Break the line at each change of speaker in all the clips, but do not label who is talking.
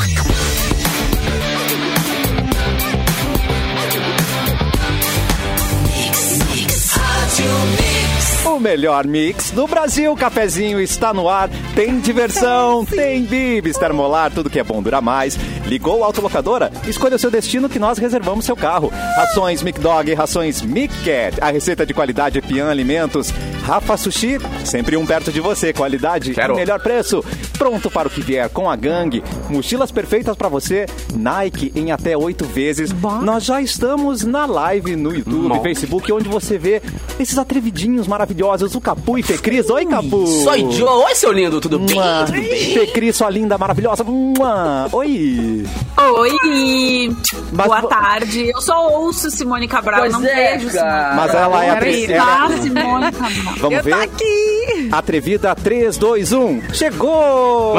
O melhor mix do Brasil, o cafezinho está no ar, tem diversão, tem bibis, termolar, tudo que é bom dura mais. Ligou a autolocadora? Escolha o seu destino que nós reservamos seu carro. Rações Mic Dog, rações Mic Cat, a receita de qualidade Pian Alimentos. Rafa Sushi, sempre um perto de você, qualidade e melhor preço. Pronto para o que vier com a gangue. Mochilas perfeitas para você, Nike em até 8 vezes. Nós já estamos na live no YouTube, Facebook, onde você vê esses atrevidinhos maravilhosos, o Capu e Fê Cris. Oi, Capu!
Oi, Joe! Oi, seu lindo, tudo bem?
Tudo bem? Fê Cris, sua linda, maravilhosa. Oi!
Oi! Boa tarde. Eu só ouço Simone Cabral, não vejo Simone.
Mas ela é atrevida.
Simone Cabral.
Vamos ver?
Aqui!
Atrevida, 3, 2, 1. Chegou!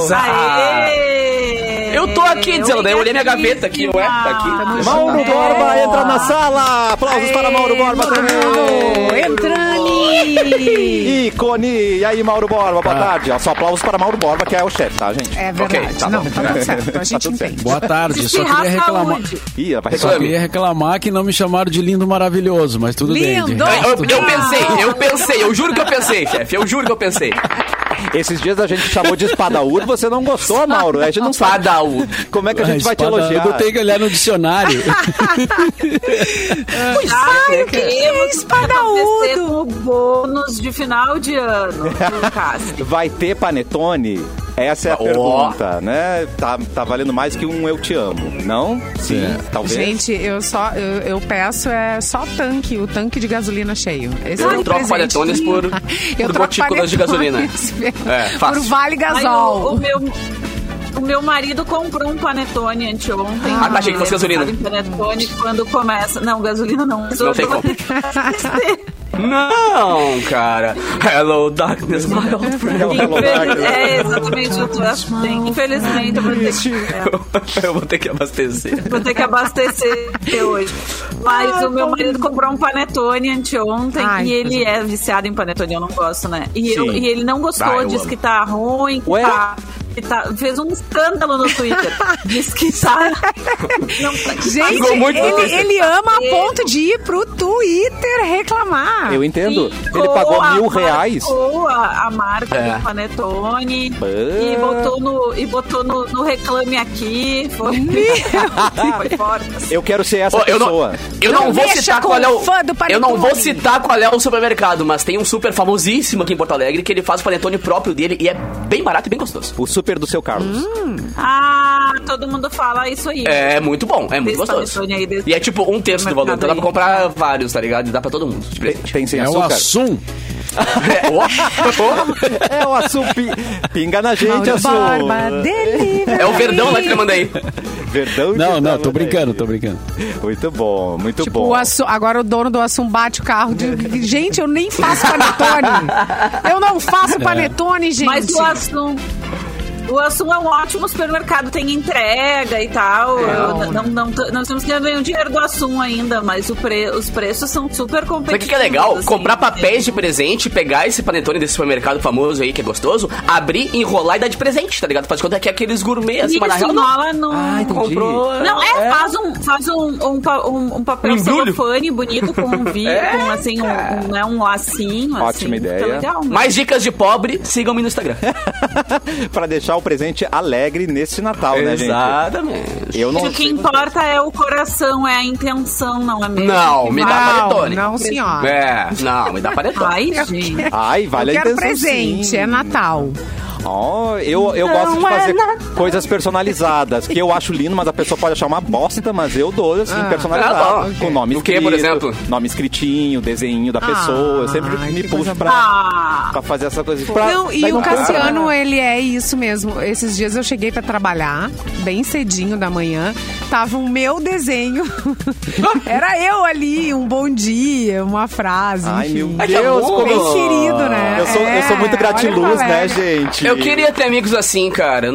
Eu tô aqui dizendo, daí eu olhei minha gaveta aqui, ué, tá aqui.
Mauro Borba entra na sala! Aplausos para Mauro Borba também!
Entrando!
Ícone! E aí, Mauro Borba, boa tarde. Só aplausos para Mauro Borba, que é o chefe, tá, gente?
É verdade.
Ok, tá
não,
bom.
tá tudo certo. A gente entende.
Boa tarde, só queria reclamar. Só queria reclamar que não me chamaram de lindo maravilhoso, mas tudo bem.
Eu pensei, eu juro que eu pensei, chefe, eu juro que eu pensei.
Esses dias a gente chamou de espadaúdo, você não gostou, Mauro? A gente não sabe.
Espadaúdo.
Como é que a gente vai te elogiar?
Eu tenho que olhar no dicionário.
Eu queria espadaúdo. O bônus de final de ano.
Vai ter panetone? Essa é a pergunta, né? Tá valendo mais que um eu te amo, não? Sim, talvez.
Gente, eu peço só o tanque de gasolina cheio. Esse
eu troco panetones por gotículas de gasolina.
Por Vale Gasol.
O meu marido comprou um panetone anteontem.
Tá cheio de gasolina.
Panetone quando começa... Não, gasolina não.
Não tem como. Não, cara. Hello, darkness, my old friend.
Exatamente. Infelizmente,
eu vou ter que abastecer.
Vou ter que abastecer hoje. Mas o meu marido comprou um panetone anteontem e ele é viciado em panetone. Eu não gosto, né? E ele não gostou, disse que tá ruim, fez um escândalo no Twitter. Diz que tá...
Gente, ele ama a ponto de ir pro Twitter reclamar.
Eu entendo. Ele pagou R$1.000.
A marca do panetone e botou no Reclame Aqui. Foi forte.
Eu quero ser essa pessoa.
Eu não vou citar qual é eu não vou citar qual é o supermercado, mas tem um super famosíssimo aqui em Porto Alegre que ele faz o panetone próprio dele e é bem barato e bem gostoso.
O super do seu Carlos.
Todo mundo fala isso aí.
É muito bom, é muito gostoso. E é tipo 1/3 do valor, então dá pra comprar vários, tá ligado? E dá pra todo mundo.
Tem sem açúcar.
É o Assum.
É o Assum. Pinga na gente, Assum.
É o Verdão lá que eu mandei.
Verdão?
Não, tô brincando.
Muito bom, muito bom.
Agora o dono do Assum bate o carro. Gente, eu nem faço panetone. Eu não faço panetone, gente.
Mas o Assum é um ótimo supermercado, tem entrega e tal. Não temos que ganhar o dinheiro do Assum ainda, mas os preços são super competitivos.
Sabe o que é legal?
Assim,
comprar papéis de presente, pegar esse panetone desse supermercado famoso aí, que é gostoso, abrir, enrolar e dar de presente, tá ligado? Faz conta que é aqueles gourmet, assim, mas na real
não.
Comprou.
Não, faz um papel celofane bonito com um com assim, um lacinho.
Ótima
assim,
ideia.
Legal, né?
Mais dicas de pobre, sigam-me no Instagram.
Pra deixar o presente alegre nesse Natal, né, gente?
Exatamente.
O que importa é o coração, é a intenção, não é mesmo?
Não, me dá panetone.
Não, senhora.
Não, me dá panetone.
Ai, gente.
Vale a intenção.
Eu quero presente,
sim.
é Natal.
Eu gosto de fazer coisas personalizadas, que eu acho lindo, mas a pessoa pode achar uma bosta, mas eu dou, assim, personalizado. Com nome escrito.
O que, por exemplo?
Nome escritinho, desenho da pessoa. Eu sempre me puxo pra fazer essa coisa.
E o Cassiano, ele é isso mesmo. Esses dias eu cheguei pra trabalhar, bem cedinho da manhã, tava o meu desenho. Era eu ali, um bom dia, uma frase.
Ai,
enfim.
meu Deus,
bem querido, né?
Eu sou muito gratiluz, né, gente?
Eu queria ter amigos assim, cara. Eu não tenho amigos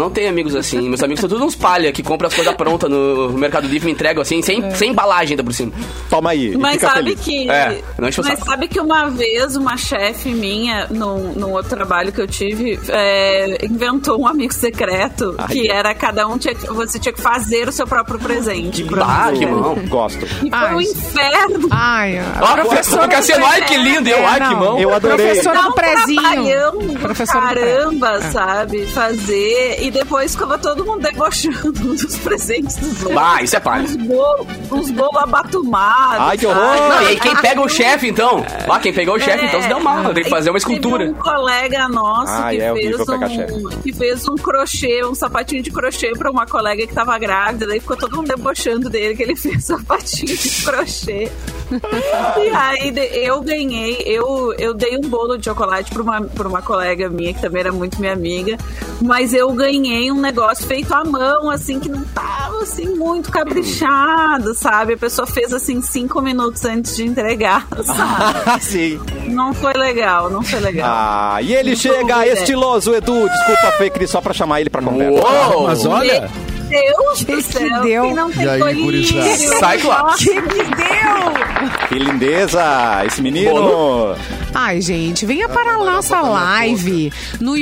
amigos, assim. Meus amigos são todos uns palha que compram as coisas prontas no Mercado Livre e me entregam, assim, sem embalagem ainda por cima.
Toma aí.
Mas sabe que...
mas
sabe que uma vez uma chefe minha, num outro trabalho que eu tive, inventou um amigo secreto, que era cada um você tinha que fazer o seu próprio presente.
Que bom.
Gosto.
E foi um inferno.
Professor Cassiano, que lindo. Que mão.
Eu adorei.
Professor do prezinho.
Caramba, sabe? Fazer. E depois ficava todo mundo debochando dos presentes dos outros.
Isso é palha.
Uns bolos abatumados.
Ai, que horror.
Não, e aí quem pega o chefe, então? Quem pegou o chefe, então se deu mal. Tem que fazer uma escultura.
Teve um colega nosso que fez um crochê, um sapatinho de crochê pra uma colega que tava grávida. Daí ficou todo mundo debochando dele, que ele fez sapatinho de crochê. E aí eu ganhei, eu dei um bolo de chocolate pra uma colega minha, que também era muito minha amiga, mas eu ganhei um negócio feito à mão, assim, que não tava, assim, muito caprichado, sabe? A pessoa fez, assim, 5 minutos antes de entregar, sabe?
Sim.
Não foi legal.
E ele chega estiloso, Edu, desculpa, Fê Cris, só pra chamar ele pra conversa.
Mas olha...
Deus do céu, quem não tem colírio.
Sai, claro.
Que me deu!
Que lindeza, esse menino.
Bom,
Ai, gente, venha para a nossa live no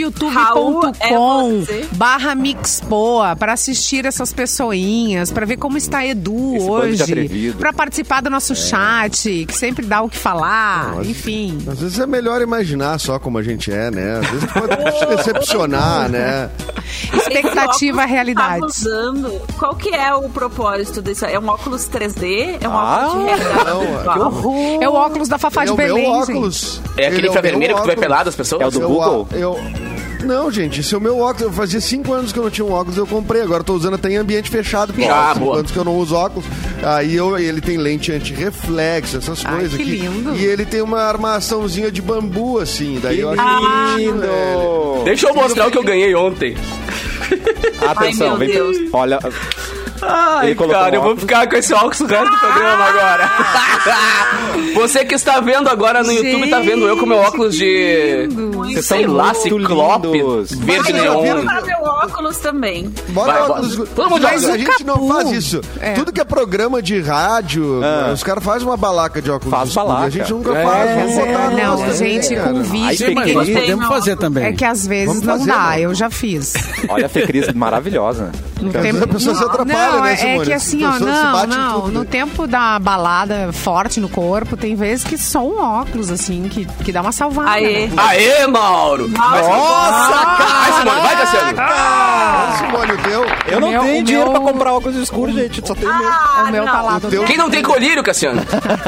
youtube.com/Mixpoa para assistir essas pessoinhas, para ver como está Edu
esse
hoje, para participar do nosso chat, que sempre dá o que falar, enfim.
Às vezes é melhor imaginar só como a gente é, né? Às vezes pode te decepcionar, né?
Expectativa, realidade.
Qual que é o propósito disso? É um óculos 3D? É um óculos de realidade?
Que horror.
É o óculos da Fafá de Belém,
meu óculos.
É aquele infravermelho que tu vai pelado as pessoas?
É o do Google?
Não, gente, esse é o meu óculos. Eu fazia 5 anos que eu não tinha um óculos, eu comprei. Agora eu tô usando até em ambiente fechado. Porque 5 anos que eu não uso óculos. Aí ele tem lente anti-reflexo, essas coisas
que
aqui.
lindo.
E ele tem uma armaçãozinha de bambu, assim. Daí eu acho
lindo.
Deixa eu mostrar o que eu ganhei ontem.
Atenção,
Ai, meu Deus.
Olha...
cara, eu vou ficar com esse óculos o resto do programa agora. Você que está vendo agora no YouTube, tá vendo eu com meu óculos de... sei lá, ciclope, verde neon.
Eu vou comprar meu óculos também.
Bora óculos.
Todo mundo
Mas a gente não faz isso. Tudo que é programa de rádio, os caras fazem uma balaca de óculos.
Faz balaca.
A gente nunca faz. Vamos botar
não, gente, com vídeo.
Mas nós podemos fazer também.
É que às vezes não dá, eu já fiz.
Olha a Fê Cris, maravilhosa.
A pessoa se atrapalha.
Não,
né, Simone?
É que assim, no tempo da balada forte no corpo, tem vezes que só um óculos, assim, que dá uma salvada.
Aê,
Mauro!
Nossa, cara!
Simone, vai, Cassiano!
Simone, o teu?
Eu não tenho dinheiro pra comprar óculos escuros, gente, só tenho mesmo.
O meu tá lá do
Quem não tem colírio, Cassiano?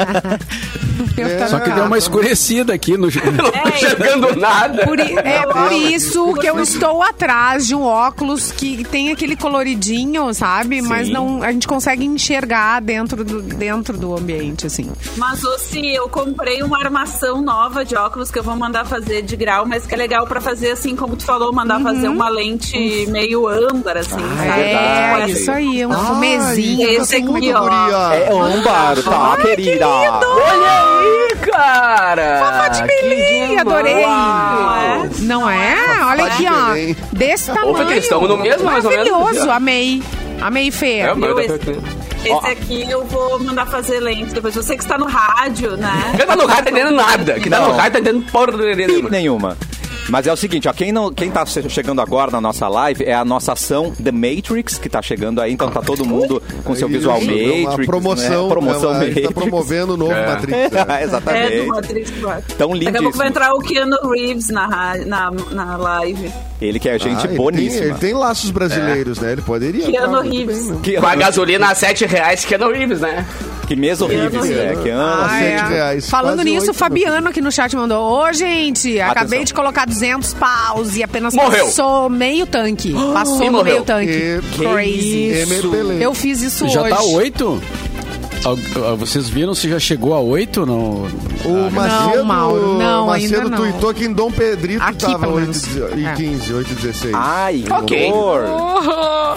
Só que deu uma escurecida aqui no...
Não tô enxergando nada.
Por isso que eu estou atrás de um óculos que tem aquele coloridinho, sabe? Sim. Mas não, a gente consegue enxergar dentro do ambiente, assim.
Mas, eu comprei uma armação nova de óculos que eu vou mandar fazer de grau, mas que é legal pra fazer, assim, como tu falou, mandar fazer uma lente meio âmbar, assim, sabe?
Isso aí, um fumezinho.
Esse aqui, ó.
É âmbar, tá, querida?
Olha aí, cara!
Fafá de Belém, adorei! Não é? Olha aqui, ó. Desse tamanho.
Eles estão no mesmo, mais ou menos.
Maravilhoso, amei. Amei, Fê.
Esse aqui eu vou mandar fazer lente depois. Você que está no rádio, né?
Quem tá no rádio tá entendendo nada. Quem tá no rádio tá entendendo porra
nenhuma. Mas é o seguinte, ó, quem tá chegando agora na nossa live é a nossa ação The Matrix, que tá chegando aí, então tá todo mundo com seu visual Matrix.
Uma promoção,
né? Promoção Matrix.
Tá promovendo o novo Matrix.
Exatamente.
Do Matrix 4.
Tão lindíssimo.
Daqui a pouco vai entrar o Keanu Reeves na live.
Ele que é gente boníssima.
Ele tem laços brasileiros, né? Ele poderia.
Keanu Reeves.
Com a gasolina a R$7, Keanu Reeves, né?
Que mês horríveis, né?
R$7.
Falando nisso, o Fabiano aqui no chat mandou: Ô, gente, acabei de colocar 200 paus e apenas passou meio tanque. Passou no meio tanque. Crazy. Eu fiz isso hoje.
Já tá 8? Vocês viram se já chegou a 8? Não?
O Macedo,
Mauro, não,
Macedo
ainda não.
tweetou que em Dom Pedrito
aqui,
tava 8,15, 8,16.
Ai,
ok.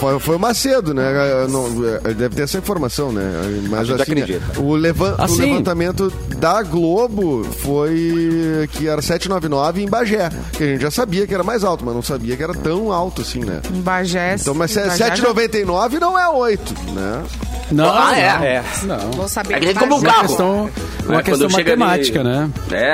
Foi o Macedo, né? Deve ter essa informação, né? Mas assim, o levantamento da Globo foi que era 799 em Bagé, que a gente já sabia que era mais alto, mas não sabia que era tão alto assim, né?
Em Bagé.
Então, mas 799 não é 8, né?
Não,
Não. Vou saber.
É que nem como um carro.
Uma questão matemática, né?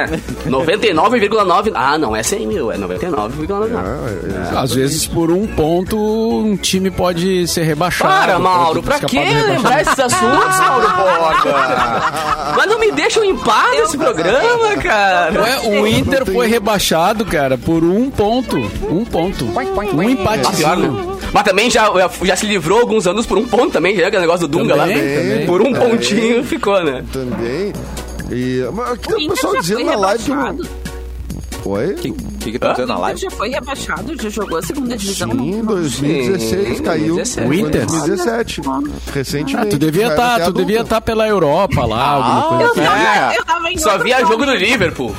99,9. Ah, não é 100 mil, é 99,9.
Às vezes, por um ponto, um time pode ser rebaixado.
Para, Mauro, pra que lembrar esses assuntos, Mauro Borba? Mas não me deixam em paz nesse programa, cara.
O Inter foi rebaixado, cara, por um ponto. Um empatezinho.
Mas também já se livrou alguns anos por um ponto também, já que é o negócio do Dunga lá. Por um pontinho ficou, né?
Também. Mas o pessoal dizendo na live que... Oi?
O que tá dizendo na live?
Já foi rebaixado, já jogou a segunda divisão.
Sim, em 2016 caiu.
O Inter?
2017. Recentemente.
Tu devia estar pela Europa lá, alguma coisa assim.
Eu tava em
só via jogo do Liverpool.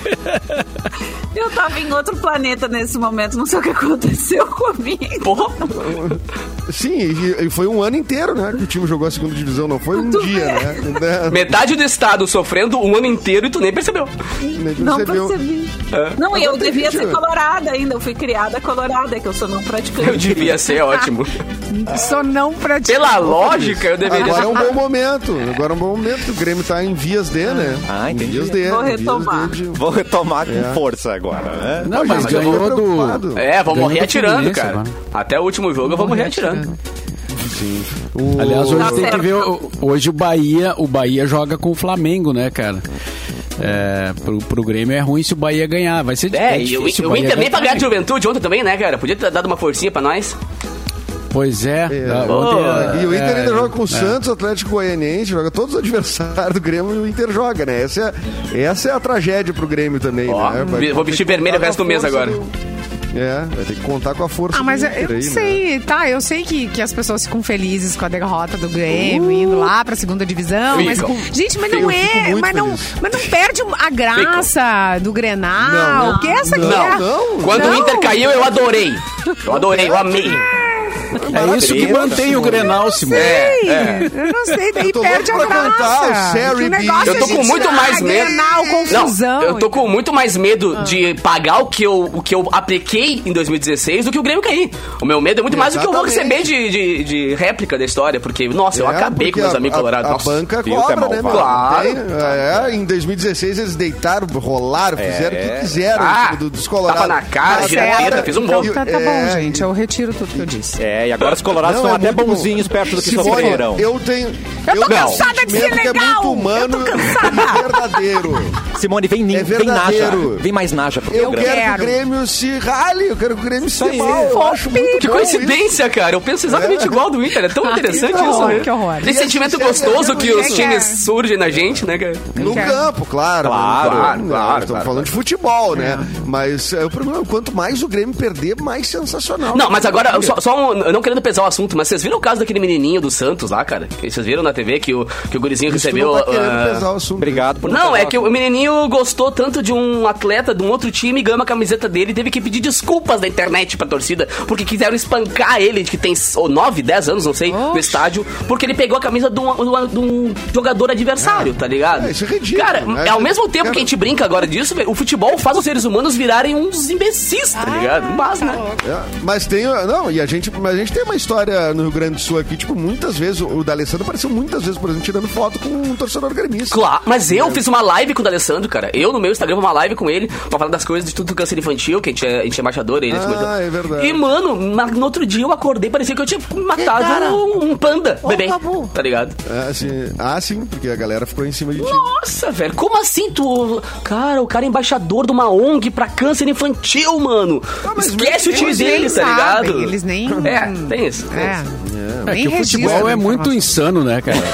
Eu tava em outro planeta nesse momento, não sei o que aconteceu comigo.
Porra.
Sim, e foi um ano inteiro, né, que o time jogou a segunda divisão, não foi um dia, né?
Metade do estado sofrendo um ano inteiro e tu nem percebeu.
Não percebi. Não, eu devia ser colorada ainda, eu fui criada colorada, que eu sou não praticante.
Eu devia ser ótimo.
Sou não praticante.
Pela lógica, eu deveria
Agora é um bom momento, o Grêmio tá em vias de, né?
Entendi.
Vou retomar.
Vou retomar com força agora, né?
Não, mas ganhou do...
vou morrer atirando, cara. Agora. Até o último jogo eu vou morrer atirando.
Sim.
Aliás, hoje tem que ver... Hoje o Bahia joga com o Flamengo, né, cara? Pro Grêmio é ruim se o Bahia ganhar. Vai ser difícil.
O Inter nem pra ganhar de Juventude ontem também, né, cara? Podia ter dado uma forcinha pra nós.
Pois é.
E o Inter ainda joga com o Santos, o Atlético Goianiense, joga todos os adversários do Grêmio e o Inter joga, né? Essa é a tragédia pro Grêmio também, né?
Vou vestir vermelho o resto do mês agora.
Vai ter que contar com a força
mas eu sei, né? Eu sei que as pessoas ficam felizes com a derrota do Grêmio, indo lá pra segunda divisão, gente, mas não é, mas não perde a graça do Grenal, que essa aqui
Quando o Inter caiu, eu adorei, eu amei.
É isso que mantém o Grenal, Simone.
Eu não sei, daí perde a graça.
Eu tô com muito mais medo.
Grenal, confusão.
Eu tô com muito mais medo de pagar o que eu apliquei em 2016 do que o Grêmio cair. O meu medo é muito mais do que eu vou receber de réplica da história, porque, nossa, eu acabei com meus amigos colorados.
A banca cobra, né, meu?
Claro.
Em 2016 eles deitaram, rolaram, fizeram o que quiseram dos colorados.
Tapa na cara, direita, fiz um bom.
Tá bom, gente, eu retiro tudo que eu disse.
E agora os colorados estão até bonzinhos perto do que sofreram.
Eu
tô cansada de ser legal.
É muito humano e verdadeiro.
Simone, vem Naja. Vem mais Naja pro programa.
Eu quero que o Grêmio se rale, eu quero que o Grêmio se mal. Eu acho muito
que coincidência, cara. Eu penso exatamente igual do Inter. É tão interessante isso, né?
Que horror.
Esse sentimento gostoso que os times surgem na gente, né, cara?
No campo, claro. Estamos falando de futebol, né? Mas o problema é quanto mais o Grêmio perder, mais sensacional.
Não, mas agora, eu não querendo pesar o assunto, mas vocês viram o caso daquele menininho do Santos lá, cara? Vocês viram na TV que o gurizinho recebeu...
Não tá querendo pesar o assunto.
Obrigado por
não, é que o menininho gostou tanto de um atleta de um outro time, ganhou uma camiseta dele e teve que pedir desculpas da internet pra torcida, porque quiseram espancar ele, que tem 9, 10 anos, não sei, no estádio, porque ele pegou a camisa de um jogador adversário, tá ligado?
Isso é ridículo.
Cara, ao mesmo tempo que a gente brinca agora disso, o futebol faz os seres humanos virarem uns imbecis, tá ligado? Mas, né?
Mas tem... Não, a gente tem uma história no Rio Grande do Sul aqui, tipo, muitas vezes, o D'Alessandro apareceu muitas vezes, por exemplo, tirando foto com um torcedor gremista.
Claro, mas eu fiz uma live com o D'Alessandro, cara. Eu, no meu Instagram, uma live com ele, pra falar das coisas de tudo do câncer infantil, que a gente é embaixador, ele...
é verdade.
E, mano, no outro dia eu acordei, parecia que eu tinha matado um panda, bebê, tá ligado?
Sim, porque a galera ficou em cima de ti.
Nossa, velho, como assim tu... Cara, o cara é embaixador de uma ONG pra câncer infantil, mano. Esquece o time dele, tá ligado?
Eles nem...
tem isso.
Que o futebol é muito insano, né, cara?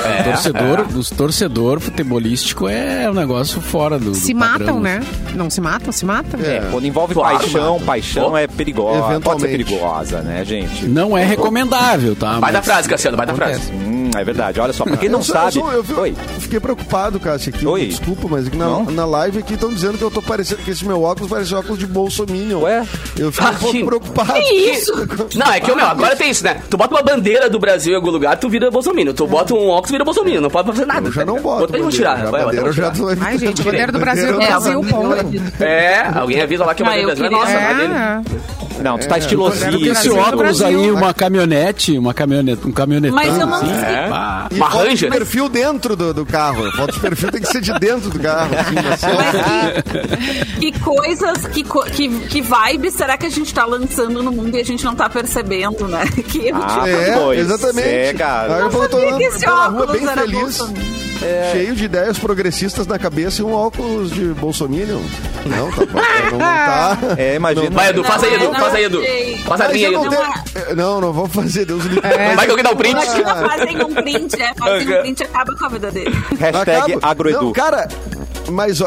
Os torcedor futebolístico é um negócio fora do
se
padrão.
Matam, né? Não se matam? Se matam?
Quando envolve paixão é perigosa. Pode ser perigosa, né, gente?
Não é recomendável, tá?
Vai da frase, Cassiano, vai da frase.
É verdade. Olha só, pra quem não sabe...
Eu fiquei preocupado, Cássio, aqui.
Oi.
Desculpa, mas aqui na live aqui estão dizendo que eu tô parecendo que esse meu óculos parece óculos de bolsominion.
Ué?
Eu fico um pouco preocupado.
Que isso? Não, é que, agora tem isso, né? Tu bota uma bandeira do Brasil em algum lugar, tu vira bolsominion. Tu bota um óculos, vira bolsominion. Não pode fazer nada.
Eu já não boto.
Vou tirar.
Ai, gente, bandeira do Brasil é do Brasil, ponto.
Alguém avisa lá que a bandeira do Brasil é nossa.
Não, tu tá estilosinho.
Porque esse óculos aí, uma caminhonete, um caminhonetão.
Mas eu não
assim.
E
uma
foto de
Ranger.
perfil dentro do carro. Foto de perfil tem que ser de dentro do carro.
Mas que coisas, que vibe será que a gente tá lançando no mundo e a gente não tá percebendo, né?
Exatamente.
Cara.
Eu tô andando pela rua bem
era
feliz. Cheio de ideias progressistas na cabeça e um óculos de bolsominion. Não, não tá.
Imagina.
Vai, Edu, faz aí, Edu. Faz a minha aí, Edu.
Não vou fazer, Deus livre.
Vai que alguém dá um print.
Fazem um print, fazem um print e acaba com a vida dele.
Hashtag AgroEdu.
Não, cara... Mas,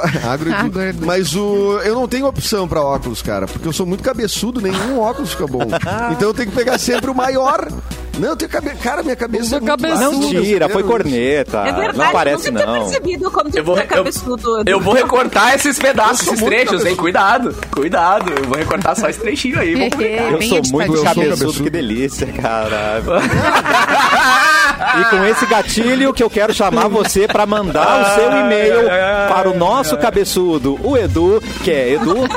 eu não tenho opção pra óculos, cara, porque eu sou muito cabeçudo, nenhum óculos fica bom. Então eu tenho que pegar sempre o maior. Não, eu tenho cara, minha cabeça é muito
Não tira, foi corneta.
É verdade,
não parece,
eu nunca tinha percebido como tu é cabeçudo.
Eu vou recortar esses pedaços, esses trechos, hein? Cuidado. Eu vou recortar só esse trechinho aí. Vou publicar.
Eu sou muito cabeçudo, que delícia, cara. E com esse gatilho que eu quero chamar você pra mandar o seu e-mail para o nosso cabeçudo, o Edu, que é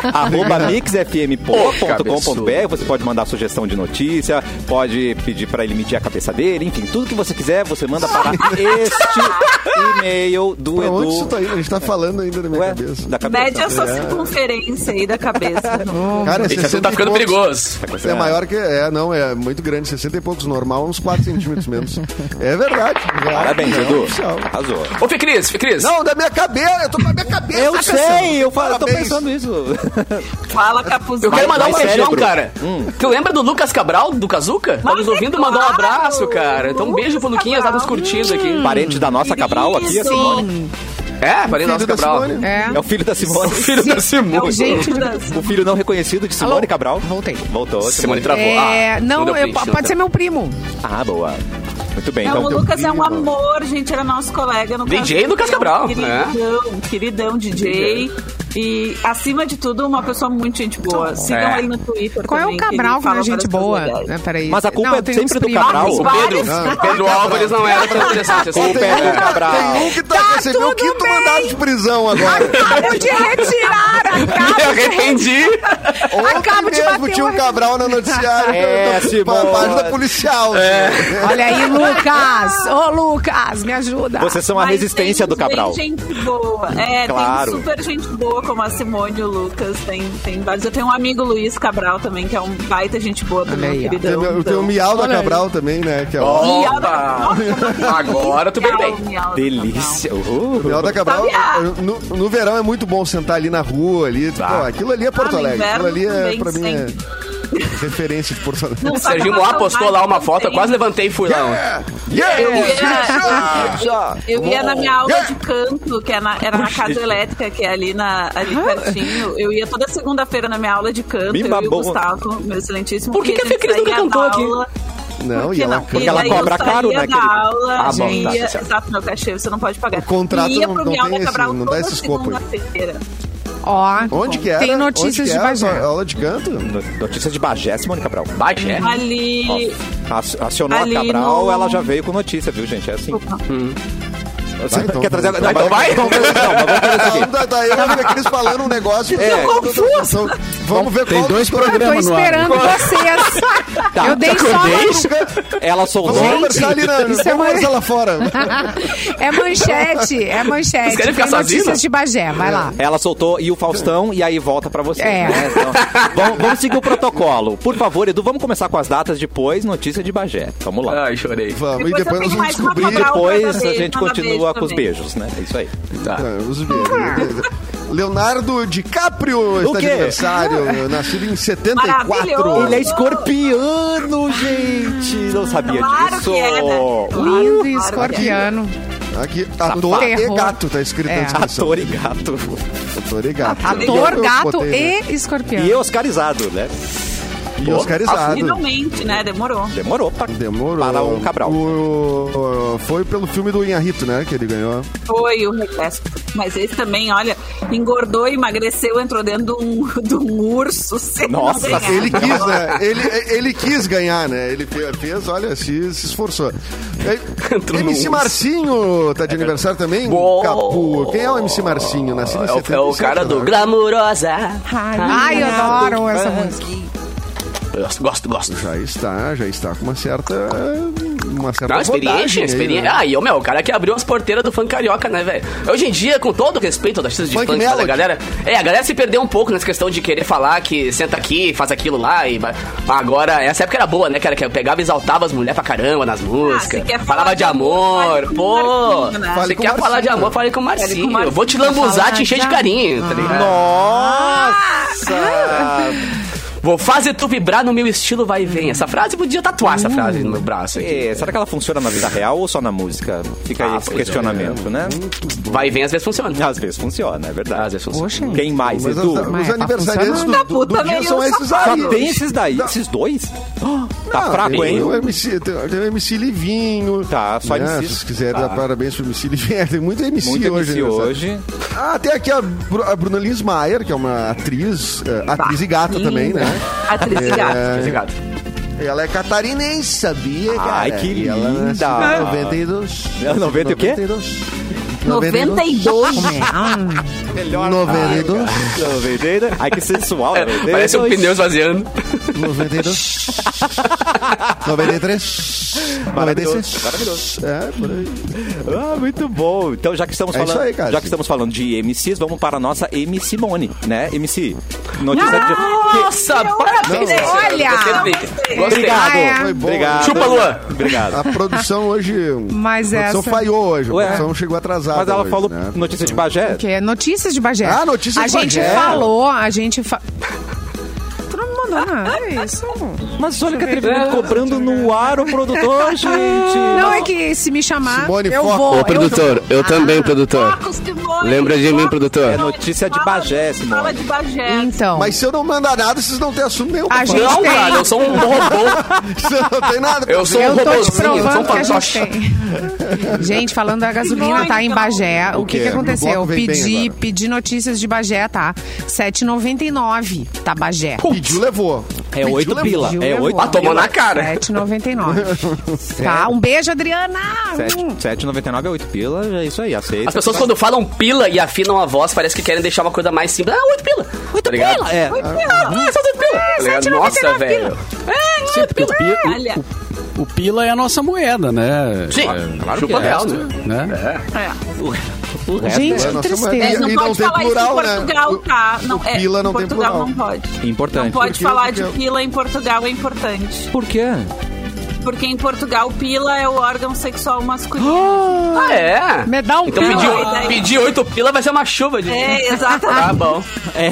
edu@mixfmpoa.com.br. Você pode mandar sugestão de notícia, pode pedir pra ele medir a cabeça dele, enfim, tudo que você quiser, você manda para este e-mail do Edu.
Onde isso tá indo? A gente tá falando ainda da minha cabeça.
Da cabeça.
Mede a sua circunferência aí da cabeça.
Cara,
Isso tá ficando perigoso.
É maior que... é muito grande, 60 e poucos. Normal, uns 4 centímetros menos. É verdade.
Parabéns, Edu. Arrasou.
Ô, Fê Cris.
Não, da minha cabeça. Eu tô com a minha cabeça.
Eu sei, eu tô pensando isso.
Fala, Capuzão.
Eu quero mandar um beijão, cara. Tu lembra do Lucas Cabral, do Kazuca? Tá nos ouvindo, mandou um abraço, cara. Então, um beijo pro Luquinhas lá nos curtindo aqui.
Parente da nossa Cabral aqui, a Simone.
Parente da nossa Cabral.
É o filho da Simone.
O filho da Simone.
O filho não reconhecido de Simone Cabral. Voltou.
Simone travou.
Pode ser meu primo.
Ah, boa. Muito bem.
Então, o Lucas é um amor, gente. Era nosso colega no
DJ Lucas Cabral.
Queridão DJ. E, acima de tudo, uma pessoa muito gente boa. Sigam ele no Twitter.
Qual
também,
é o Cabral que não é gente boa?
Peraí.
Mas a culpa é sempre do Cabral.
O Pedro Álvares não era tão interessante assim.
O Pedro Cabral.
Tem um que recebeu o 5º mandado de prisão agora.
Acabo de retirar.
Eu arrependi.
Acabo de bater
tinha um Cabral no noticiário.
Simone.
Página policial.
Olha aí, Lucas. Ô, Lucas, me ajuda.
Vocês são a resistência do Cabral.
Tem gente boa.
Claro.
Tem super gente boa, como a Simone e o Lucas. Tem vários. Eu tenho um amigo, Luiz Cabral, também, que é um baita gente boa também.
Tem o Miau da Cabral também, né? Que é
agora tu bem bem.
Delícia.
O Miau da Cabral, no verão é muito bom sentar ali na rua, ali. Aquilo ali é Porto Alegre. Aquilo ali pra mim é referência de Porto Alegre.
O Serginho Moá postou lá uma foto, eu quase levantei e fui lá.
Eu ia na minha aula de canto, que era na Casa Elétrica, que é ali pertinho. Eu ia toda segunda-feira na minha aula de canto, eu e o Gustavo, meu excelentíssimo.
Por que a Fê Cris nunca cantou aqui?
Porque ela cobra caro, né?
Aula, exato, meu cachê, você não pode pagar.
O contrato não dá esse escopo aí. Onde que era?
Tem notícias de Bagé.
Aula de canto?
Notícias de Bagé, Simone Cabral.
Bagé?
Ali...
Acionou a Cabral, ela já veio com notícia, viu, gente? É assim. Quer trazer agora?
Então vai!
Vamos fazer
Daí eu vi aqueles falando um negócio. Vamos ver
tem 2 programas no ar.
Eu tô esperando vocês. Eu dei só
ela soltou.
Vamos conversar ali lá fora.
É manchete.
Vocês querem ficar
notícias de Bagé, vai lá.
Ela soltou e o Faustão, e aí volta pra você. Né? Então, vamos seguir o protocolo. Por favor, Edu, vamos começar com as datas, depois notícia de Bagé. Vamos lá.
Ai, chorei.
Vamos, e depois nós vamos descobrir.
Depois a gente continua com os beijos, né? É isso aí.
Tá. Os beijos. Leonardo DiCaprio está de aniversário, nascido em 74.
Ele é escorpiano, gente. Não sabia disso.
Que é, né?
Lindo escorpiano.
Aqui, ator e gato, tá escrito na descrição.
Ator e gato.
Ator e gato.
Ator, gato e escorpiano.
E oscarizado, né?
E oscarizado.
Finalmente, né? Demorou
para um Cabral.
Foi pelo filme do Inharrito, né? Que ele ganhou.
Foi o Regresso. Mas esse também, olha, engordou, emagreceu, entrou dentro de um urso.
Nossa,
ele quis, né? Ele quis ganhar, né? Ele fez, olha, se esforçou. MC Marcinho tá de aniversário também? Capu. Quem é o MC Marcinho? Nascido em 77.
É o cara do Glamurosa.
Ai, eu adoro essa música.
Gosto.
Já está com uma certa
experiência.
Né?
E o cara que abriu as porteiras do funk carioca, né, velho? Hoje em dia, com todo o respeito das artistas de funk, a galera se perdeu um pouco nessa questão de querer falar que senta aqui, faz aquilo lá. E agora, essa época era boa, né, cara? Que pegava e exaltava as mulheres pra caramba nas músicas. Falava de amor. Pô, você quer falar de amor, fale com o Marcinho. Eu vou te lambuzar, te encher de carinho, tá ligado?
Nossa!
Vou fazer tu vibrar no meu estilo vai e vem. Essa frase, podia tatuar essa frase no meu braço aqui.
Será que ela funciona na vida real ou só na música? Fica aí esse questionamento, né?
Vai e vem, às vezes funciona.
Às vezes funciona, é verdade.
Às vezes funciona.
Oxe. Quem mais, Edu?
Os aniversariantes do dia são esses aí.
Só tem esses daí? Esses dois? Tá fraco, hein?
Tem o MC Livinho.
Tá, só
né?
MC.
Se quiser dar parabéns pro MC Livinho. Tem muito MC hoje. Tem aqui a Bruna Linsmeyer, que é uma atriz e gata também, né?
Atriz e gata.
Ela é catarinense, sabia, cara?
Ai, que linda!
Ela 92.
90 o quê?
92.
Melhor
92.
Ai, que sensual.
Parece um pneu esvaziando.
92. 93. 96.
Maravilhoso.
Por aí.
Muito bom. Então, já que estamos falando,
aí, cara,
já que estamos falando de MCs, vamos para a nossa MC Simone, né? MC. Notícia
Nossa, parabéns.
Olha!
Obrigado.
Foi bom.
Obrigado.
Chupa, Luan.
Obrigado.
A produção hoje...
Mas
a produção falhou hoje. A produção chegou atrasada.
Mas ela
hoje,
falou
né?
notícia de Bagé.
O quê? Notícias de Bagé.
Notícias de Bagé.
A gente falou... Tu não me mandou nada, é isso.
Mas olha que atrevimento cobrando no ar o produtor, gente.
Não, é que se me chamar,
Simone,
eu
foco.
vou.
Ô, produtor, eu também, produtor. Lembra de mim, produtor?
É notícia de Bagé, Simone.
Fala de Bagé.
Então.
Mas se eu não mandar nada, vocês não têm assunto nenhum.
A gente
Não,
tem.
cara, eu sou um robô.
Você não tem nada.
Eu sou um
Eu tô te
robôzinho, eu sou um
provando que a gente
fantoche.
tem. Gente, falando da gasolina, tá em Bagé. O que aconteceu?
O bloco vem bem agora.
Pedi notícias de Bagé, tá? 7,99 tá Bagé.
Pediu, levou.
É 8 pila. É 8
Ah, tomou na cara.
7,99. Tá, um beijo, Adriana.
7,99 é 8 pila, é isso aí, aceita.
As pessoas quando falam pila e afinam a voz, parece que querem deixar uma coisa mais simples. 8 pila. 8
pila. É.
8 pila. Só 8 pila. Tá ligado? Nossa, velho.
8 pila.
Olha.
O pila é a nossa moeda, né?
Sim, claro que é.
Real,
né?
O resto
Gente,
É,
que
nossa
tristeza.
Não
E
pode
não tem
falar
plural,
isso em Portugal,
né?
tá? Não,
pila não
em
tem
Portugal
plural.
não pode.
Importante.
Não pode
Por quê?
falar de
Porque-
pila em Portugal, é importante.
Por quê?
Porque em Portugal, pila é o órgão sexual masculino.
Ah, é?
Me dá um
Então
pila.
pedir 8 pila vai ser uma chuva de...
Exatamente.
Tá bom.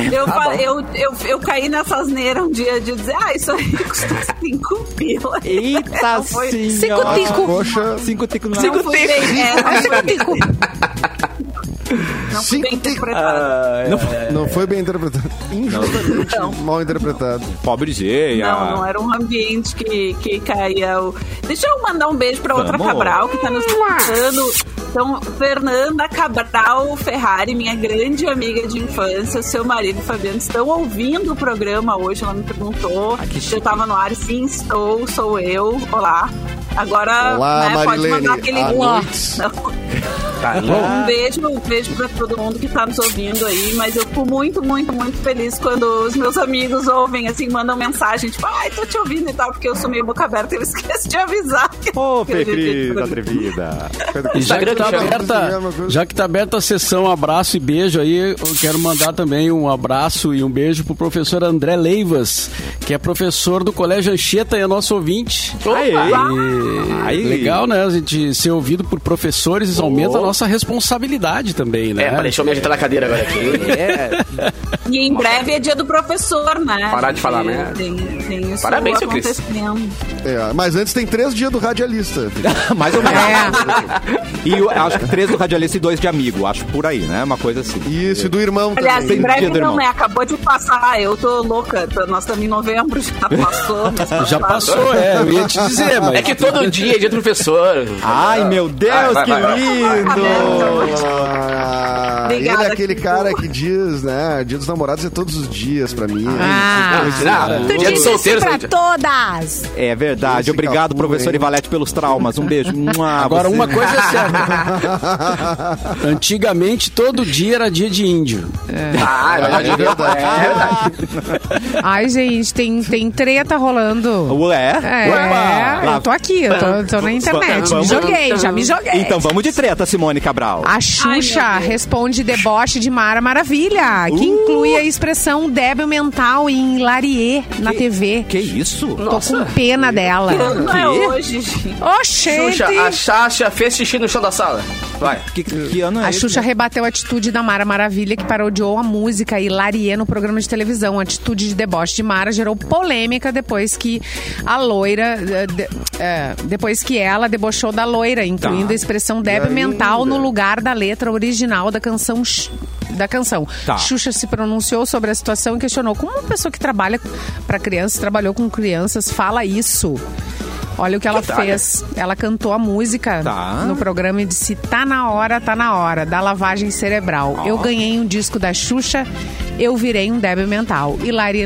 Eu caí nessa asneira um dia de dizer, isso aí custa 5 pila.
Eita,
Não foi-
sim.
5 tico.
Poxa,
5 tico no
Não fui bem,
5 tico.
não fui bem interpretado.
não foi bem interpretado. Injustamente mal interpretado.
Pobrezinha.
Não era um ambiente que caía. Deixa eu mandar um beijo pra outra
Vamos.
Cabral que tá nos escutando. Então, Fernanda Cabral Ferrari, minha grande amiga de infância, seu marido Fabiano, estão ouvindo o programa hoje. Ela me perguntou se eu tava no ar. Sim, estou, sou eu. Olá. Agora,
Olá,
né, pode
Marilene.
mandar aquele
À noite.
Um beijo pra todo mundo que tá nos ouvindo aí, mas eu fico muito, muito, muito feliz quando os meus amigos ouvem, assim, mandam mensagem, tipo, tô te ouvindo e tal, porque eu sou meio boca aberta, eu esqueço de avisar.
Ô, Fê Cris, atrevida.
E já que tá aberta a sessão abraço e beijo aí, eu quero mandar também um abraço e um beijo pro professor André Leivas, que é professor do Colégio Anchieta e é nosso ouvinte. Legal, né? A gente ser ouvido por professores, isso aumenta a nossa responsabilidade também, né?
Deixa eu me ajeitar na cadeira agora aqui.
E em breve é dia do professor, né?
Parar de falar, né?
Tem isso.
Parabéns, seu Cris.
Mas antes tem 3 dias do radialista.
Mais ou menos. E eu acho que 3 do radialista e 2 de amigo. Acho por aí, né? Uma coisa assim.
Isso, e do irmão também.
Aliás, em breve não, né? Acabou de passar. Eu tô louca. Nós estamos em novembro, já passou.
Já passou, eu ia te dizer, mas...
É que todo dia é dia do professor.
Ai, meu Deus, que lindo!
Obrigada,
ele é aquele cara que diz, né? Dia dos namorados é todos os dias pra mim.
Tu
dia dos solteiros
pra todas!
É verdade. Obrigado, professor Ivalete, pelos traumas. Um beijo.
Agora, uma coisa é certa. Antigamente, todo dia era dia de índio.
É verdade.
Ai, gente, tem treta rolando.
Ué?
Eu tô aqui, eu tô na internet. Já me joguei.
Então vamos de treta, Simone Cabral.
A Xuxa responde deboche de Mara Maravilha, que inclui a expressão débil mental em Hilarie na TV.
Que isso?
Tô com pena dela.
Não é hoje, gente.
Oxente!
Xuxa, a Xaxa fez xixi no chão da sala. Vai.
Que ano é
A
esse?
Xuxa rebateu a atitude da Mara Maravilha, que parodiou a música Hilarie no programa de televisão. A atitude de deboche de Mara gerou polêmica depois que a loira... depois que ela debochou da loira, incluindo a expressão débil mental no lugar da letra original da canção. Xuxa se pronunciou sobre a situação e questionou como uma pessoa que trabalha para crianças, trabalhou com crianças, fala isso. Olha o que ela fez. Ela cantou a música no programa e disse: tá na hora, da lavagem cerebral. Eu ganhei um disco da Xuxa, eu virei um débil mental. Hilarie.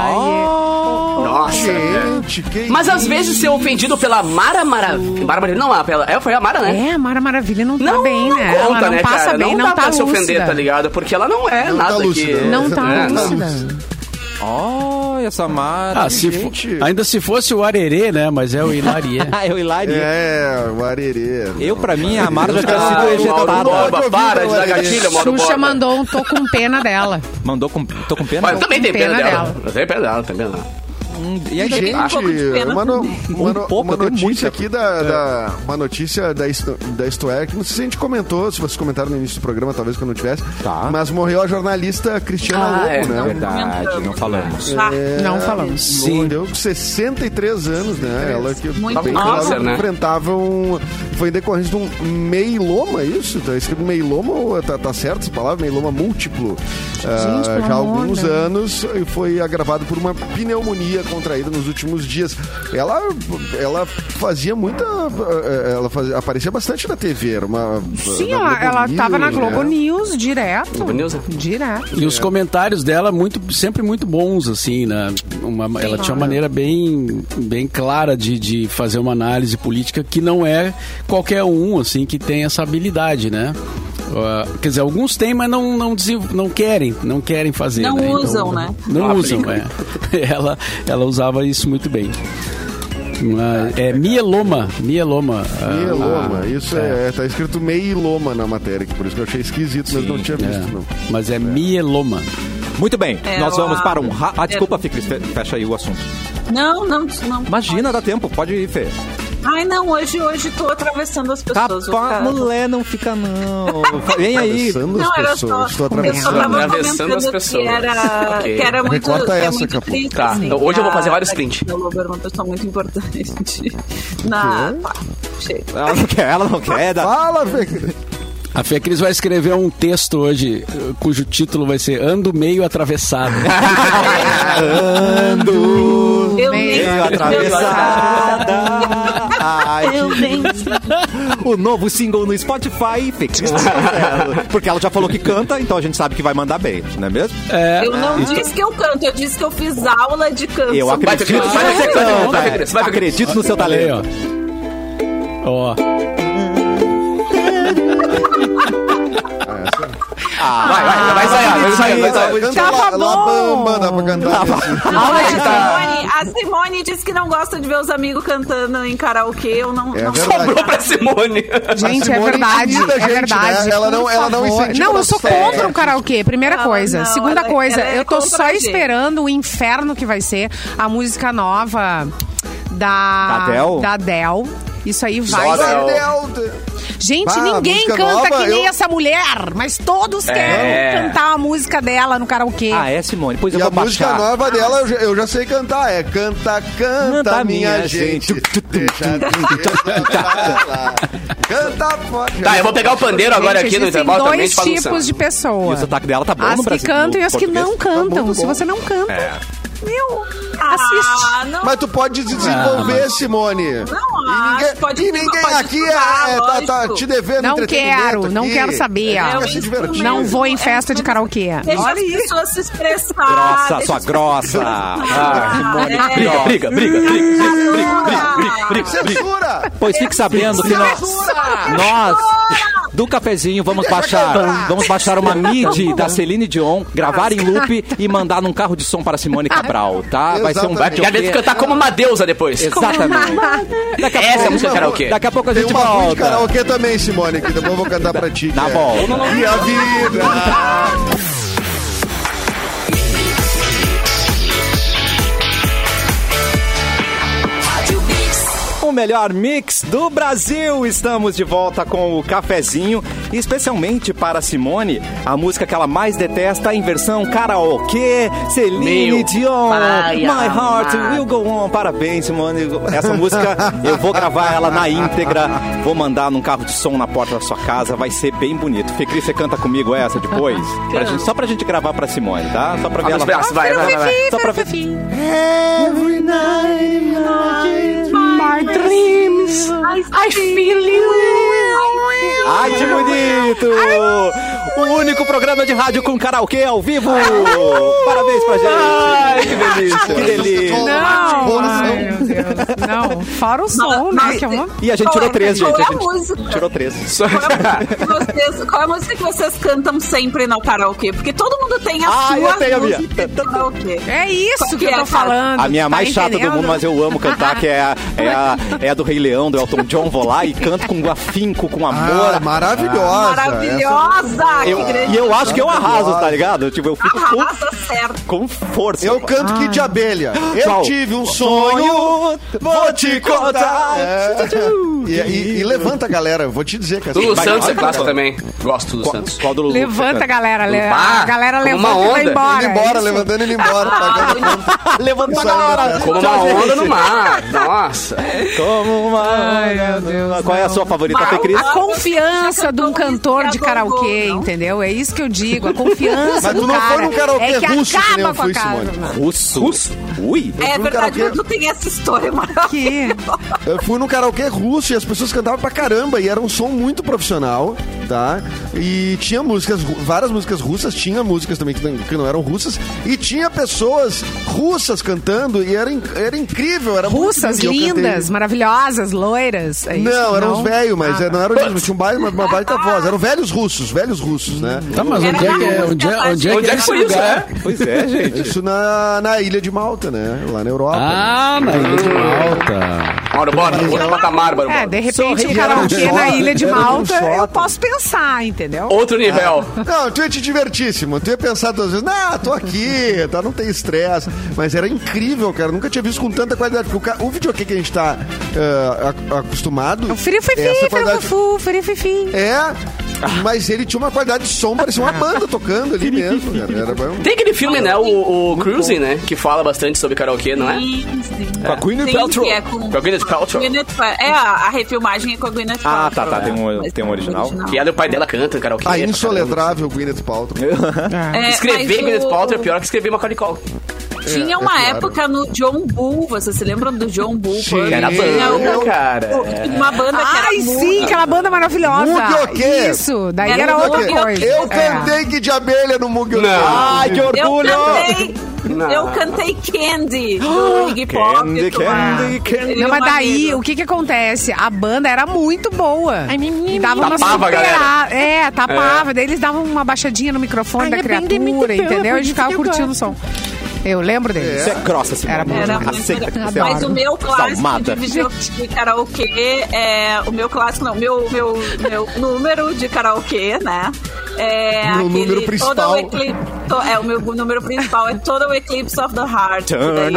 Nossa, gente, mas às vezes ser ofendido pela Mara Maravilha. Mara Maravilha, não, foi a Mara, né?
A Mara Maravilha não tá bem, né?
Conta,
ela não
né,
passa
cara?
bem,
não
não
dá
tá
pra se ofender,
lúcida.
tá ligado? Porque ela não é nada
lúcida.
que...
Não tá lúcida.
Essa Mara.
Ainda se fosse o Arerê, né? Mas é o Hilarie.
É o Hilarie.
O Arerê.
Pra mim, a Mara já tinha sido ejetada.
Para de dar gatilho, Mauro
Xuxa
Borba.
mandou um tô com pena dela.
Tô com pena?
Mas eu também tenho pena dela. Eu tenho pena dela.
E aí, gente, uma notícia aqui uma notícia da Isto É, que não sei se a gente comentou, se vocês comentaram no início do programa, talvez que eu não tivesse, mas morreu a jornalista Cristiana Lobo, né?
É verdade, não falamos.
Não falamos.
Sim. Morreu com 63 anos, né? Ela que enfrentava foi em decorrência de um meiloma, isso? Tá escrito meiloma ou tá certo essa palavra? Meiloma múltiplo. Já há alguns anos e foi agravado por uma pneumonia contraída nos últimos dias. Ela fazia muita... aparecia bastante na TV. Era uma...
Sim, ela tava na Globo News direto.
Globo News?
Direto.
E os comentários dela sempre muito bons, assim, né? Ela tinha uma maneira bem clara de fazer uma análise política que não é qualquer um, assim, que tem essa habilidade, né? Quer dizer, alguns têm, mas não querem fazer.
Não usam, né?
Não usam, Ela usava isso muito bem. É mieloma.
Mieloma, isso tá escrito meiloma na matéria, por isso que eu achei esquisito, mas não tinha visto, não.
Mas é mieloma.
Muito bem, nós vamos para um... desculpa, Fê, Cris, fecha aí o assunto.
Não.
Imagina, dá tempo, pode ir, Fê.
Ai, não, hoje tô atravessando as pessoas.
Mulher, não fica não. Vem aí.
Estou
atravessando as pessoas.
Que era muito,
Recorta essa,
muito triste,
tá,
assim,
hoje eu vou fazer vários prints.
A Lobo era uma pessoa muito importante. Chega.
Ela não quer.
Fala, Fê.
A Fê Cris vai escrever um texto hoje, cujo título vai ser Ando Meio Atravessado.
Ando meio atravessada. O novo single no Spotify, Fê Cris. Porque ela já falou que canta, então a gente sabe que vai mandar bem, não é mesmo?
Eu não disse que eu canto, eu disse que eu fiz aula de canto.
Eu acredito que você canta. Acredito no seu talento.
Ó.
Vai sair.
Tava bom.
Dá pra cantar.
A Simone disse que não gosta de ver os amigos cantando em karaokê. Eu não
sobrou pra Simone.
Gente, é verdade. É verdade.
Né? Ela não incentiva.
Não, eu sou contra o karaokê. Primeira coisa. Segunda coisa, eu tô só esperando o inferno que vai ser a música nova da Adele. Isso aí vai. Gente,
Bah,
ninguém
música
canta
nova,
que nem
eu-
essa mulher, mas todos querem cantar a música dela no karaokê.
Ah, é, Simone? Pois
E
eu
a
vou
música
baixar.
nova dela eu já sei cantar. É Canta, minha gente. Deixa Canta, pode.
Tá, eu vou pegar o pandeiro agora
Gente,
aqui no
existem
intervalo também.
dois
te falo um
tipos
samba.
de
E
pessoa.
o sotaque dela tá bom
As
no
que
Brasil.
cantam e
no
as que não
português.
cantam.
muito
Se
bom.
você não canta, meu,
Ah,
assiste.
não.
Mas tu pode desenvolver, Simone.
Não,
E ninguém,
pode-
e ninguém
pode
aqui
estudar,
tá
lógico.
te devendo
Não
entretenimento
quero, não
aqui.
quero saber.
É,
ó.
fica se divertindo.
Não vou em festa de karaokê.
Deixa
Olha
as
isso.
pessoas se expressar.
Grossa,
deixa
sua
as
grossa. Ah, Simone,
É.
briga.
Censura!
Pois fique sabendo que nós do cafezinho vamos baixar uma MIDI da Celine Dion, gravar em loop e mandar num carro de som para Simone Cabral, tá? Vai ser um
Exatamente.
Já deve cantar como uma deusa depois.
Exatamente. Daqui a
Essa é a
pouco,
música karaokê.
Daqui a pouco a
Tem
gente
uma de
volta.
karaokê também, Simone, que depois eu vou cantar pra ti.
Na
que é
volta.
E a vida.
O melhor mix do Brasil. Estamos de volta com o cafezinho, e especialmente para Simone, a música que ela mais detesta em versão karaokê, Celine
Meu
Dion,
pai
My Heart
amado.
Will Go On. Parabéns, Simone. Essa música eu vou gravar ela na íntegra, vou mandar num carro de som na porta da sua casa, vai ser bem bonito. Fê Cris, você canta comigo essa depois? Só pra gente gravar pra Simone, tá? Só pra ver
Abre os
ela.
braços, vai.
Só pra ver.
Every night
My dreams, I feel you.
Ai, que bonito! O único programa de rádio com karaokê ao vivo! Parabéns pra gente!
Ai, que delícia.
Que delícia!
Não, ai, meu Deus. Não, fora o som, né? Que é uma...
E a gente tirou 3, gente.
Qual é
A
a
gente
música?
tirou 3.
Qual é a música que vocês cantam sempre no karaokê? Porque todo mundo tem a
Ah, eu
sua
tenho a minha.
música de karaokê.
É isso
Qual
que
que
eu
é,
tô
cara?
falando.
A minha
tá
mais chata do
entendendo?
mundo, mas eu amo cantar, que é a do Rei Leão, do Elton John. Vou lá e canto com afinco, com amor.
Ah, maravilhosa.
Maravilhosa! Que grande.
E eu acho que eu arraso, tá ligado? Tipo, eu fico
Arrasa certo.
com força.
Eu canto Kid de Abelha. Eu
Qual?
tive um sonho, vou te contar. E levanta, galera. Eu vou te dizer, cara.
Lulu
Vai,
Santos é
olha,
clássico
cara.
também. Gosto do Santos.
Qual do Lulu?
Levanta, galera.
Bah,
A galera
como
levanta
uma
e vai
onda.
embora.
Indo embora,
é isso?
levantando e indo embora. Pagando conta.
Levanta
Saindo da
agora!
festa.
Como uma onda no mar. Nossa.
Como uma...
Ai, meu Deus.
Qual é a sua favorita, Fê Cris?
A confiança de um cantor de karaokê,
Não.
entendeu? É isso que eu digo. A confiança
Mas
do
tu não
cara.
foi num karaokê
é que
russo que nem
acaba
eu
com a
fui,
casa.
Simone.
Russo? Ui!
É
fui no
verdade,
karaokê.
mas tu tem essa história maravilhosa.
Que?
Eu fui no karaokê russo e as pessoas cantavam pra caramba. E era um som muito profissional, tá? E tinha músicas, várias músicas russas. Tinha músicas também que não eram russas. E tinha pessoas russas cantando. E era incrível. Era muito
Russas,
lindo. E eu cantei.
lindas, maravilhosas, loiras. É isso?
Não, eram uns velhos, mas
Ah,
não eram eles, tinha uma baita voz. Eram velhos russos, né?
Tá, mas onde é que é? Onde é
Onde é que
esse
foi isso,
lugar?
né?
Pois é, gente.
Isso na ilha de Malta, né? Lá na Europa.
Ah, na Ilha de Malta.
Bora. Outro patamar, bora.
É, de repente,
Sorri,
um karaokê
era um
na
só,
Ilha de
era um
Malta,
só.
eu posso pensar, entendeu?
Outro nível.
Não, tu ia te divertir, Simone. Tu ia pensar duas vezes, tô aqui, tá, não tem estresse. Mas era incrível, cara. Nunca tinha visto com tanta qualidade. Porque o videokê que a gente tá acostumado...
O firi-fifi,
essa qualidade-
firi-fifi.
É, mas ele tinha uma qualidade de som, parecia uma banda tocando ali mesmo, cara. Era bom.
Tem aquele filme, né? O Cruising, né? Que fala bastante sobre karaokê, não é?
Com a Gwyneth
Sim,
Paltrow.
que é com
Com a Gwyneth Paltrow.
a refilmagem é com a Gwyneth
Ah,
Paltrow.
tá. Tem um original.
Que ela e o pai dela cantam karaokê.
A
pra
insoletrável Gwyneth Paltrow.
É,
Escrever
mas
Gwyneth Paltrow é pior que escrever Macaulay Culkin.
Tinha uma
claro.
época no John Bull, vocês se lembram do John Bull?
Sim.
Era banda, cara.
Uma banda que era
Ai, sim, aquela banda maravilhosa.
Mugioquê.
Isso, daí
Era
era
um
outra
Mugioquê.
coisa.
Eu
É.
cantei Kid de Abelha no Mugioquê.
Ai, que orgulho!
Eu cantei Candy do Iggy Pop.
Candy.
Não, mas daí, o que acontece? A banda era muito boa. E dava uma
Tapava a galera.
Tapava. Daí eles davam uma baixadinha no microfone da criatura, entendeu? A gente ficava curtindo o som. Eu lembro deles.
Você é grossa, Simone.
Era bom
Era
demais.
muito
Aceita,
legal.
você é
Mas
uma
o meu clássico
salmada.
de karaokê é... O meu clássico, não. Meu número de karaokê, né?
Meu número principal.
O meu número principal é Total Eclipse of the Heart.
Turn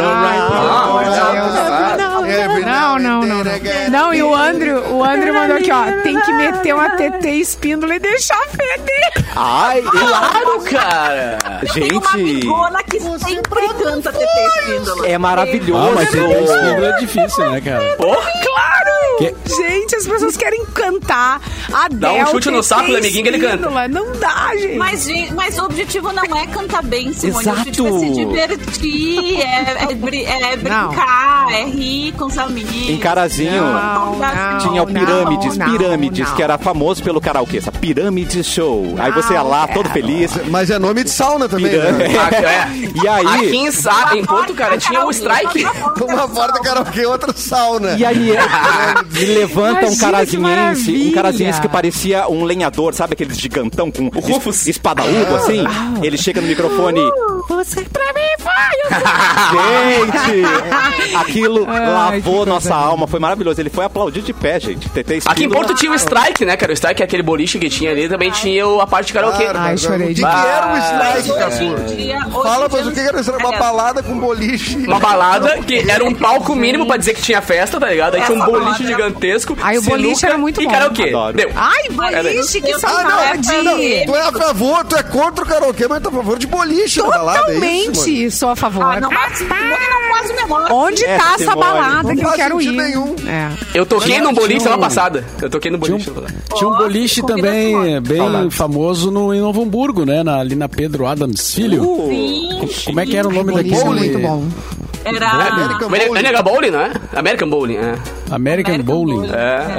Não, e o Andrew mandou aqui, ó. Tem que meter uma TT espíndola e deixar feder.
Ai,
Claro, cara.
Tem uma
gente,
amigona que sempre canta TT espíndola.
é maravilhoso.
Mas espíndola é difícil, né, cara?
Claro! Gente, as pessoas querem cantar. Adele,
Dá um chute no saco do amiguinho que ele canta.
Não dá, gente.
Mas o objetivo não é cantar bem, Simone.
Exato.
O objetivo é se divertir, é brincar, é rir com os amigos.
Em Carazinho tinha o Pirâmides, que era famoso pelo karaokê, essa Pirâmides Show. Aí você ia lá, todo feliz.
Mas é nome de sauna também, né?
E aí...
Aqui em Porto, cara, tinha o Strike.
Uma porta karaokê, outra sauna.
E aí me levanta um
maravilha.
carazinhense que parecia um lenhador, sabe aqueles gigantão com espadaúdo, assim? Ele chega no microfone... Você pra mim foi... Gente, aquilo lavou nossa alma, foi maravilhoso. Ele foi aplaudir de pé, gente.
Aqui em Porto tinha o Strike, né, cara? O Strike é aquele boliche que tinha ali, também tinha a parte de karaokê.
Ai, chorei.
O que era o Strike, Capu? Fala, mas o que era isso? Uma balada com boliche.
Uma balada que era um palco mínimo pra dizer que tinha festa, tá ligado? Aí tinha um boliche gigantesco.
Aí o boliche era muito bom.
E karaokê. Deu.
Ai, boliche, que saudade.
Tu é a favor, tu é contra o karaokê, mas tu é a favor de boliche na balada.
Totalmente sou a favor.
Não faz o menor.
Onde tá essa balada que eu quero ir?
Nenhum.
Eu toquei num boliche semana passada.
Tinha um boliche também bem famoso em Novo Hamburgo, né? Ali na Pedro Adams Filho. Como é que era o nome daquele?
Muito bom.
Era
American Bowling, não é? American Bowling, é.
American Bowling.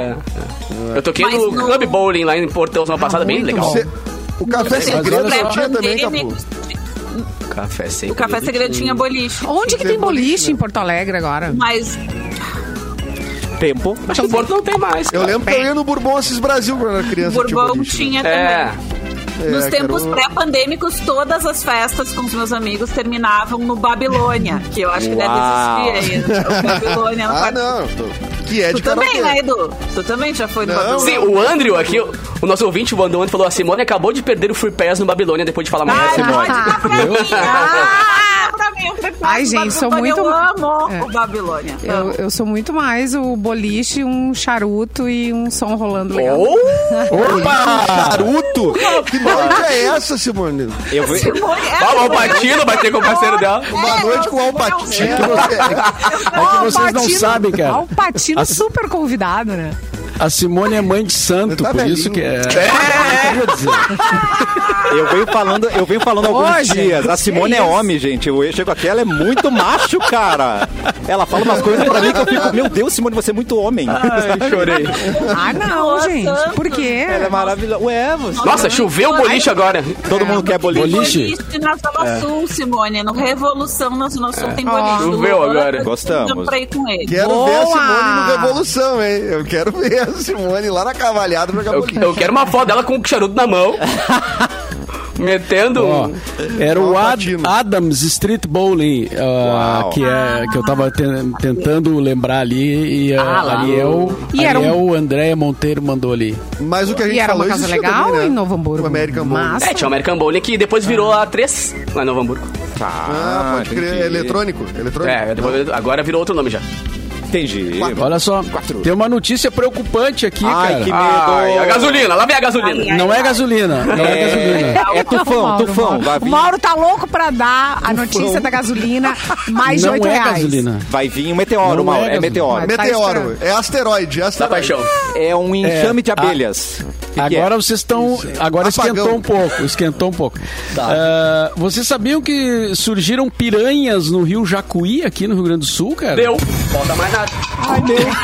Eu toquei no Club Bowling lá em Portão semana passada, bem legal.
O Café Segredo tinha também, Capu.
O Café Segredo tinha boliche.
Onde que tem boliche em Porto Alegre agora?
Mas...
Tempo.
Mas o Porto não tem mais.
Eu lembro que eu ia no Bourbon Assis Brasil quando era criança.
Bourbon tinha também. Nos tempos pré-pandêmicos, todas as festas com os meus amigos terminavam no Babilônia, que eu acho que deve existir ainda. O Babilônia
não. Que é de
Tu também, né, Edu? Tu também já foi no Babilônia.
Sim, o Andrew aqui, o nosso ouvinte, o Andrew, falou: a Simone acabou de perder o Free Pass no Babilônia depois de falar mais.
Simone.
Ai, gente, sou muito...
Eu amo o Babilônia.
Eu sou muito mais o boliche, um charuto e um som rolando legal.
Opa! Charuto? Que noite é essa, Simone?
O Alpatino vai ter com o parceiro dela.
Uma noite com o Alpatino.
É que vocês não sabem, cara.
Alpatino super convidado, né?
A Simone é mãe de santo, por isso que é...
Eu venho falando alguns dias. A Simone é homem, gente. Eu chego aqui, ela é muito macho, cara. Ela fala umas coisas pra mim que eu fico... Meu Deus, Simone, você é muito homem.
Ai, chorei.
Não, gente. Por quê?
Ela é maravilhosa. Ué, você...
Nossa, choveu o boliche agora.
Todo mundo quer boliche.
Boliche na Zona Sul, Simone. No Revolução, na Zona Sul tem boliche.
Choveu agora.
Gostamos.
Pra ir com ele.
Quero ver a Simone no Revolução, hein? Eu quero ver a Simone lá na cavalhada pra jogar boliche.
Eu quero uma foto dela com o charuto na mão. Metendo.
Era o Adams Street Bowling, que eu tava tentando lembrar ali. E Ariel Andréia Monteiro mandou ali.
Mas o que a gente
era
falou
uma casa legal
também, né?
em Novo Hamburgo.
O American Bowling.
Tinha o American Bowling que depois virou a 3 lá em Novo Hamburgo.
Pode crer. Eletrônico.
Agora virou outro nome já.
Entendi.
Olha só, tem uma notícia preocupante aqui, cara.
Que medo.
A gasolina, lá vem a gasolina.
Não é gasolina,
É tufão.
O Mauro tá louco pra dar a notícia da gasolina, mais de R$8.
Gasolina.
Vai vir um meteoro, Mauro. É meteoro.
Meteoro. É asteroide.
Da paixão.
É um enxame de abelhas.
Agora vocês estão... Agora esquentou um pouco.
Tá.
Vocês sabiam que surgiram piranhas no rio Jacuí, aqui no Rio Grande do Sul, cara?
Deu. Falta mais nada.
Ai, meu Deus!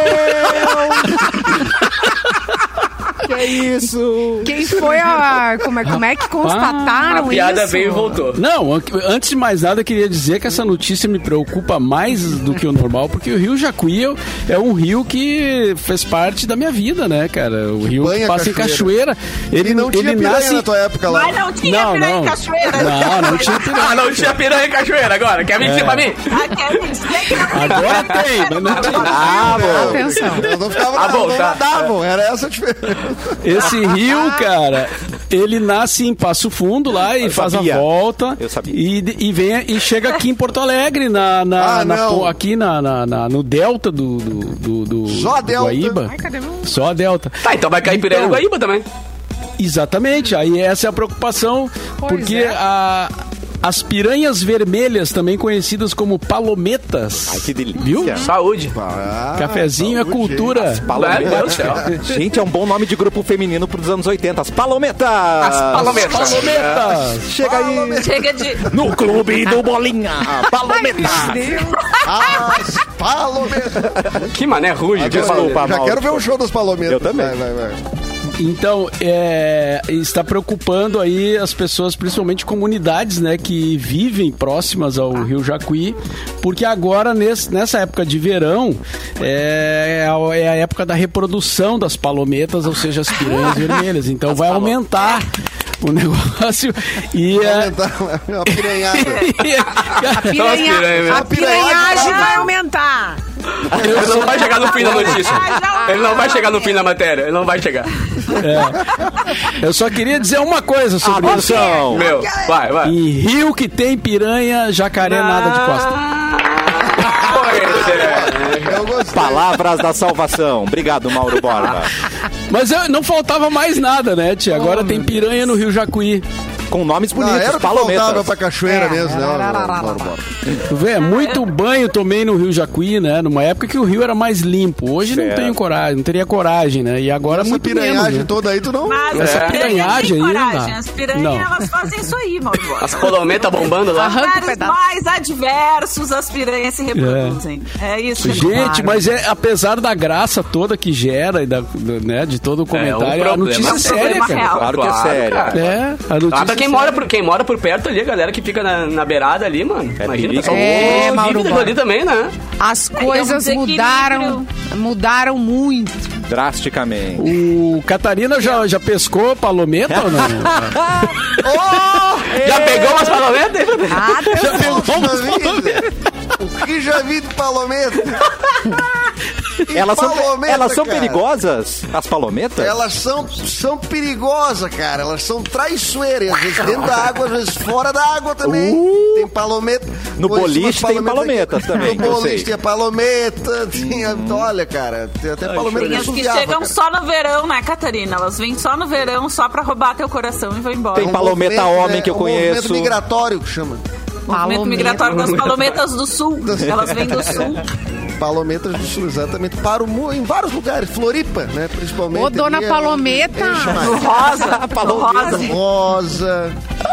Que é isso?
Quem foi como é que constataram isso?
A piada veio e voltou.
Não, antes de mais nada, eu queria dizer que essa notícia me preocupa mais do que o normal, porque o rio Jacuí é um rio que fez parte da minha vida, né, cara? O rio que passa em cachoeira.
Ele não tinha piranha na tua época lá.
Mas não tinha piranha em cachoeira.
Não tinha piranha.
Não tinha piranha em cachoeira agora. Quer mentir pra mim?
Agora tem, mas não tinha.
Atenção.
Elas não ficavam nadavam. Era essa a diferença.
Esse rio, cara, ele nasce em Passo Fundo lá e faz a volta.
Eu sabia.
E vem e chega aqui em Porto Alegre, aqui no delta do
Só a delta.
Guaíba.
Ai, cadê meu...
Só a delta.
Tá, então vai cair Piranha no Guaíba também.
Exatamente, aí essa é a preocupação, porque as piranhas vermelhas, também conhecidas como palometas.
Ai, que delícia.
Viu?
Saúde.
Cafezinho
saúde.
É cultura.
As palometas. Gente, é um bom nome de grupo feminino pros anos 80. As palometas.
Palometas.
Chega aí.
Chega de...
No clube do Bolinha. Palometas.
As palometas.
Que mané ruim.
Desculpa,
Já quero ver o show das palometas.
Eu também.
Vai.
Então, está preocupando aí as pessoas, principalmente comunidades, né, que vivem próximas ao Rio Jacuí, porque agora, nessa época de verão, é a época da reprodução das palometas, ou seja, as piranhas vermelhas. Então, vai aumentar o negócio e
a piranhada.
A piranhagem vai aumentar.
Ele não vai chegar no fim da notícia. Ele não vai chegar no fim da matéria. Ele não vai chegar.
Eu só queria dizer uma coisa sobre isso.
Meu, vai.
Em rio que tem piranha, jacaré nada de costa.
Eu gostei.
Palavras da salvação. Obrigado, Mauro Borba.
Mas não faltava mais nada, né, tia? Agora tem piranha no Rio Jacuí.
Com nomes bonitos,
Era o que
palometas.
faltava pra cachoeira mesmo, né?
Tu vê, muito banho tomei no Rio Jacuí, né? Numa época que o rio era mais limpo. Hoje não tenho coragem, não teria coragem, né? E agora
Essa
muito
piranhagem
menos, né?
toda aí, tu não...
Mas
Essa piranhagem aí,
coragem.
não.
As piranhas,
Não.
elas fazem isso aí, Mauro.
As palometas bombando lá.
Lugares mais adversos, as piranhas se reproduzem. É isso.
Gente, mas apesar da graça toda que gera e né, de todo o comentário, a notícia é séria, cara.
real.
Claro que é sério.
A notícia
Pra quem mora por perto ali, a galera que fica na beirada ali, mano. Imagina, pessoal.
Mauro
Vive ali também, né?
As coisas mudaram muito.
Drasticamente.
O Catarina já pescou palometa ou não?
Já pegou umas palometas?
Já pegou umas
vida. O que já vi de palometa?
Elas são
cara.
perigosas, as palometas?
Elas são perigosas, cara. Elas são traiçoeiras. Às vezes dentro da água, às vezes fora da água também. Tem palometa.
No boliche tem palometas também.
No boliche tem palometa. Olha, cara, tem até palometa
Tem as que chegam só no verão, né, Catarina? Elas vêm só no verão, só pra roubar teu coração e vão embora.
Tem palometa homem que eu conheço.
Movimento migratório que chama.
Movimento migratório das palometas do sul. Elas vêm do sul.
Palometas do sul, exatamente. Em vários lugares. Floripa, né? Principalmente.
Ô, dona Palometa.
Rosa.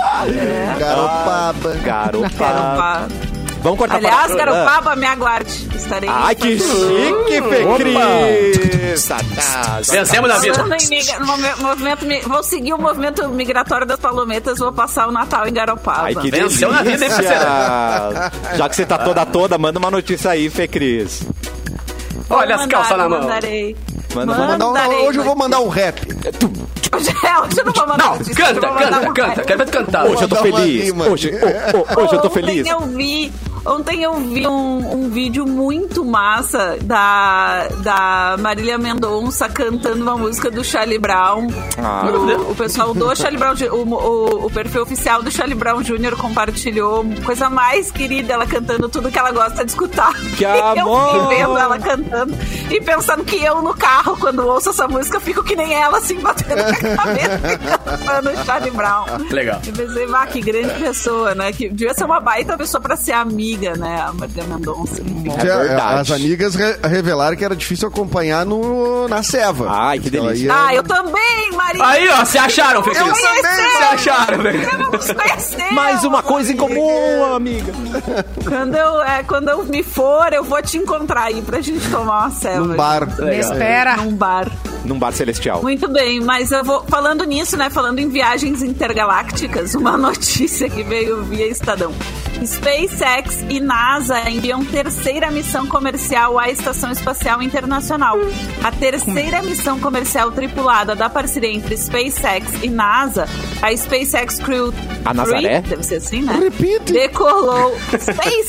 Garopaba.
Vamos cortar.
Aliás, Garopaba, me aguarde. Estarei.
Ai, que chique, Fecris!
Vencemos na vida.
Vou seguir o movimento migratório das palometas, vou passar o Natal em Garopaba.
Ai, que
Venceu na vida, hein,
delícia! Já que você tá toda, manda uma notícia aí, Fecris.
Olha as calças na mão.
Mandarei.
Hoje eu vou mandar um rap.
Hoje eu não vou mandar
Não, canta. Quero ver tu cantar.
Hoje eu tô feliz. Hoje eu tô feliz.
Ontem eu vi um vídeo muito massa da Marília Mendonça cantando uma música do Charlie Brown. O pessoal do Charlie Brown, o perfil oficial do Charlie Brown Jr. compartilhou. Coisa mais querida, ela cantando tudo que ela gosta de escutar.
Que amor!
Eu fiquei vendo ela cantando e pensando que eu no carro, quando ouço essa música, fico que nem ela, assim, batendo a cabeça cantando o Charlie Brown.
Legal.
Eu pensei, que grande pessoa, né? Que devia ser uma baita pessoa pra ser amiga, né? A Marília Mendonça.
As amigas revelaram que era difícil acompanhar na Seva.
Ai, que delícia.
Eu também, Marília.
Aí, ó, se acharam, Fecris.
Eu também.
Se acharam, velho.
Mais uma coisa em comum, amiga.
Quando eu me for, eu vou te encontrar aí pra gente tomar uma Seva.
Num bar.
Me espera.
Num bar celestial.
Muito bem, mas eu vou falando nisso, né? Falando em viagens intergalácticas, uma notícia que veio via Estadão. SpaceX e NASA enviam terceira missão comercial à Estação Espacial Internacional. A terceira missão comercial tripulada da parceria entre SpaceX e NASA, a SpaceX Crew
a Nazaré?
deve ser assim, né?
Repite.
Decolou. Space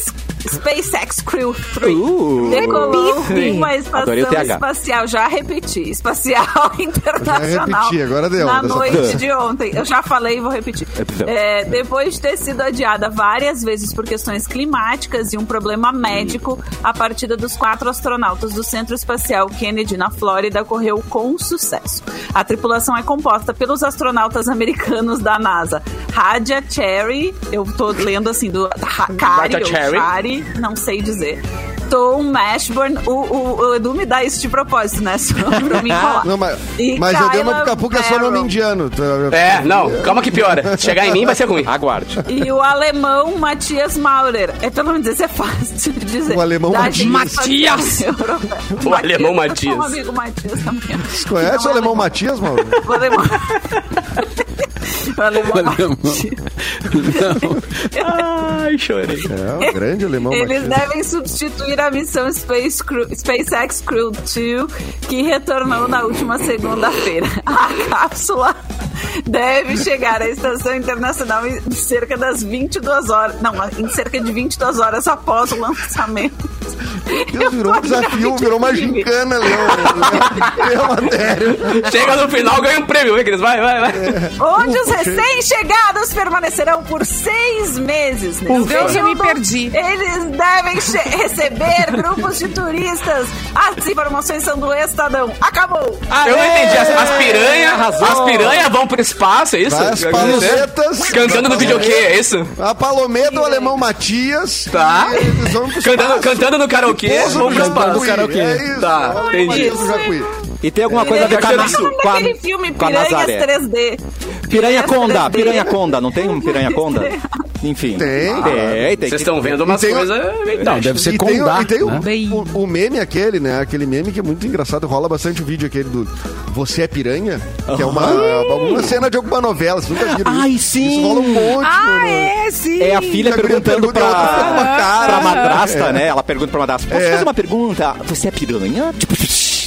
SpaceX Crew 3 decolou uma estação espacial, já repeti, espacial internacional.
Já repeti, agora deu.
Na noite de ontem. Eu já falei e vou repetir. Depois de ter sido adiada várias vezes por questões climáticas e um problema médico, a partida dos 4 astronautas do Centro Espacial Kennedy, na Flórida, ocorreu com sucesso. A tripulação é composta pelos astronautas americanos da NASA, Raja Cherry, eu tô lendo assim, do Kari, não sei dizer. Tom Mashburn, o Edu me dá isso de propósito, né? Só pra me enrolar.
Não, mas eu dei uma picapu que é só nome indiano.
Calma que piora. Se chegar em mim vai ser ruim.
Aguarde.
E o alemão Matthias Maurer. Então não dizer se é fácil de dizer.
O alemão
Matias. O alemão Matias.
Um amigo Matias também.
Você conhece o alemão Matias, Mauro?
O alemão. O alemão.
Ai, chorei.
O grande alemão
Eles
Matias.
devem substituir a missão SpaceX Crew 2, que retornou na última segunda-feira. A cápsula deve chegar à Estação Internacional em cerca das 22 horas. Não, em cerca de 22 horas após o lançamento.
Deus, virou um desafio, virou uma gincana, Leu matéria.
Chega no final, ganha um prêmio, Cris. Vai.
Onde os recém-chegados permanecerão por 6 meses.
Meu Deus, eu me perdi.
Eles devem receber grupos de turistas. As informações são do Estadão. Acabou.
Eu não entendi. As piranhas vão pro espaço, é isso?
As palometas.
Cantando no videokê, é isso?
A palometa do alemão Matias.
Tá.
Eles vão pro espaço.
Cantando no karaokê, vão pro espaço.
É isso.
Tá, entendi.
E tem alguma coisa a ver com
aquele filme
com a
Piranhas
Nazaré.
3D.
Piranha Conda, não tem um Piranha Conda? Enfim.
Tem.
Vocês estão vendo umas coisas...
Não, deve ser Condá.
E tem o meme aquele, né? Aquele meme que é muito engraçado. Rola bastante o vídeo aquele do Você é Piranha? Que é uma cena de alguma novela. Vocês nunca viram isso?
Ai, sim.
Isso rola um monte.
Sim.
É a filha perguntando pra madrasta, né? Ela pergunta pra madrasta, posso fazer uma pergunta? Você é piranha? Tipo...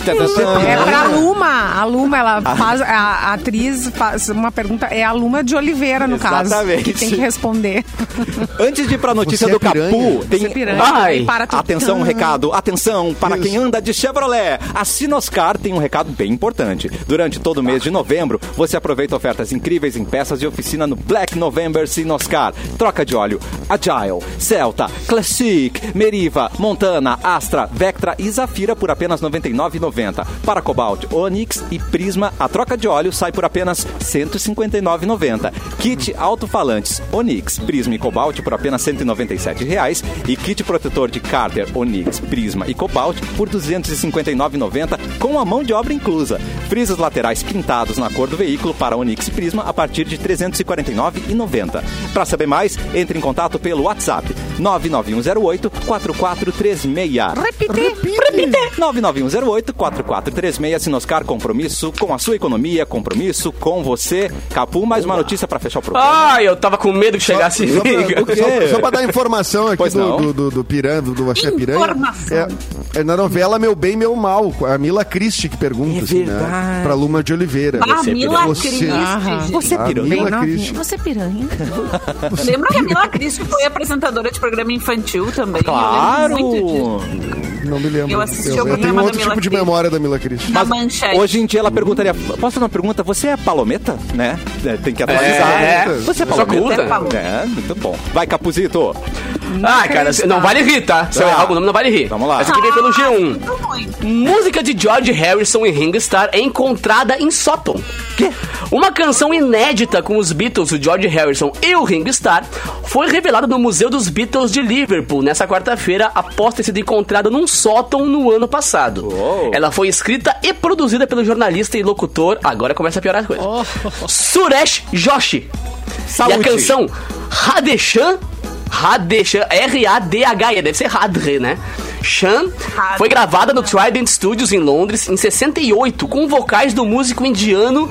É pra Luma. A Luma, ela faz... A atriz faz uma pergunta. É a Luma de Oliveira, no caso. Que tem que responder.
Antes de ir pra notícia do Capu, tem... Atenção, um recado. Atenção, para quem anda de Chevrolet. A Sinoscar tem um recado bem importante. Durante todo o mês de novembro, você aproveita ofertas incríveis em peças de oficina no Black November Sinoscar. Troca de óleo Agile, Celta, Classic, Meriva, Montana, Astra, Vectra e Zafira por apenas R$ 99,90. Para Cobalt, Onix e Prisma, a troca de óleo sai por apenas R$ 159,90. Kit alto-falantes Onix, Prisma e Cobalt por apenas R$ 197,00. E kit protetor de Carter, Onix, Prisma e Cobalt por R$ 259,90 com a mão de obra inclusa. Frisas laterais pintados na cor do veículo para Onix e Prisma a partir de R$ 349,90. Para saber mais, entre em contato pelo WhatsApp 99108-4436. Repite. 99108-4436. Sinoscar, compromisso com a sua economia, compromisso com você. Capu, mais uma notícia para fechar o programa.
Eu tava com medo que chegasse.
Só pra dar informação aqui do Piranha, do Você é Piranha. É na novela Meu Bem, Meu Mal. A Mila Christie que pergunta, assim, né? Pra Luma de Oliveira.
Mila Christie.
Você é piranha?
Você é piranha. Lembra que a Mila Christie foi apresentadora de programa infantil também?
Claro!
Não me lembro.
Eu assisti
eu
o programa
tenho outro
da
tipo
Mila
de memória da Mila Christie.
Mas hoje em dia ela perguntaria, posso fazer uma pergunta? Você é palometa? Né? Tem que atualizar. Você é palometa? Muito bom. Vai, Capuzito.
Cara, não vale rir, tá? Se eu errar o nome, não vale rir.
Vamos lá.
Essa aqui vem pelo G1. Música de George Harrison e Ringo Starr é encontrada em sótão. Que? Uma canção inédita com os Beatles, o George Harrison e o Ringo Starr, foi revelada no Museu dos Beatles de Liverpool nessa quarta-feira, após ter sido encontrada num sótão no ano passado. Ela foi escrita e produzida pelo jornalista e locutor, agora começa a piorar as coisas, Suresh Joshi. Saúde. E a canção Radeshan, R-A-D-H-E, deve ser Radhe, né? Shan foi gravada no Trident Studios em Londres em 68 com vocais do músico indiano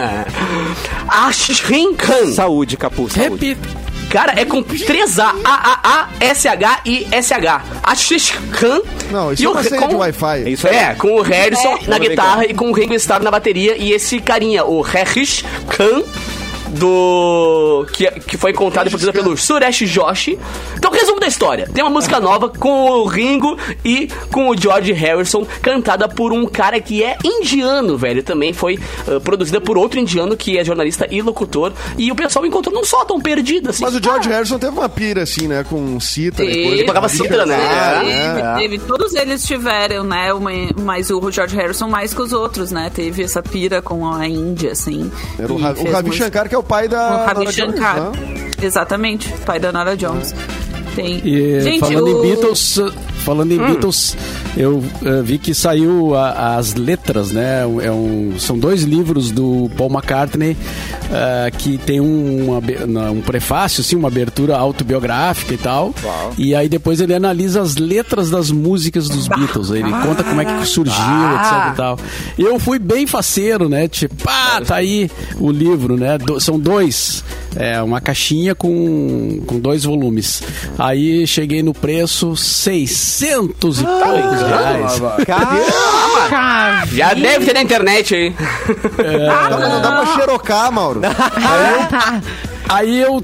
Ashrin Khan.
Saúde, Capu, saúde.
Repita.
Cara, é com 3 A-A-A-S-H-I-S-H. Ashrin Khan.
Não, isso é uma senha de Wi-Fi.
Isso aí.
Com o Harrison na guitarra e com o Ringo Starr na bateria. E esse carinha, o Harish Khan, que foi contada e produzida pelo Suresh Joshi. Então, resumo da história. Tem uma música nova com o Ringo e com o George Harrison, cantada por um cara que é indiano, velho. Também foi produzida por outro indiano que é jornalista e locutor. E o pessoal encontrou num sótão perdido, assim.
Mas o George Harrison teve uma pira, assim, né? Com cítara e coisa.
Ele pagava cítara,
né? Teve. Todos eles tiveram, né? Mas o George Harrison mais que os outros, né? Teve essa pira com a Índia, assim.
Era o Ravi Shankar, que é o pai da
Ravi Shankar. Jones, né? Exatamente, pai da Nora Jones. Tem.
E, gente, falando em Beatles, eu vi que saiu as letras, né? São 2 livros do Paul McCartney que tem um prefácio, assim, uma abertura autobiográfica e tal. Uau. E aí depois ele analisa as letras das músicas dos Beatles. Ele conta como é que surgiu, etc e tal. E eu fui bem faceiro, né? Tipo, tá aí o livro, né? São 2. Uma caixinha com 2 volumes. Aí cheguei no preço 600 e poucos reais.
Caramba! Já deve ter na internet aí.
Não dá pra xerocar, Mauro.
Aí eu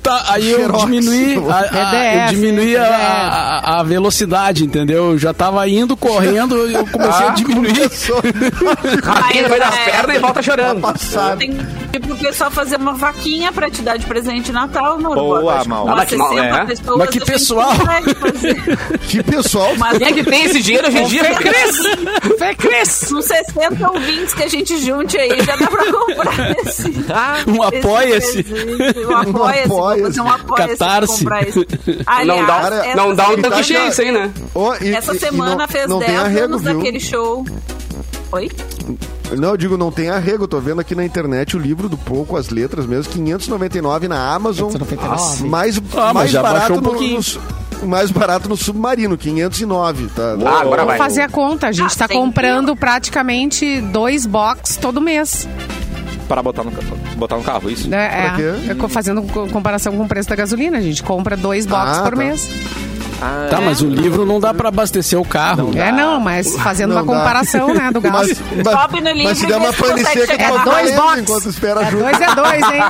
diminuí a velocidade, entendeu? Eu já tava indo, correndo, eu comecei a diminuir.
Aí vai das pernas e volta chorando.
Tem que pro pessoal fazer uma vaquinha pra te dar de presente de Natal, Mauro.
Boa, Mauro.
Mas que pessoal?
Que pessoal?
Mas quem é que tem esse dinheiro hoje em dia?
Fé Cris! Uns 60 ouvintes que a gente junte aí, já dá pra comprar esse.
Apoia-se.
Fazer um apoia-se.
Catarse.
Aliás,
não dá um tanque cheio isso aí, né?
Essa semana fez 10 anos daquele show. Oi?
Não, eu digo, não tem arrego. Tô vendo aqui na internet o livro do Paul com as letras mesmo, 599 na Amazon. Mais barato mais barato no Submarino, 509, tá?
Agora vai. Vou fazer a conta, a gente tá comprando praticamente 2 box todo mês.
Para botar no carro, isso?
Fazendo comparação com o preço da gasolina, a gente compra 2 box por mês.
Mas o livro não dá pra abastecer o carro.
Mas fazendo uma comparação, né, do gasto.
Sobe no livro,
mas se der uma pane seca,
é 2 box.
Enquanto espera a
ajuda. 2 é 2, hein?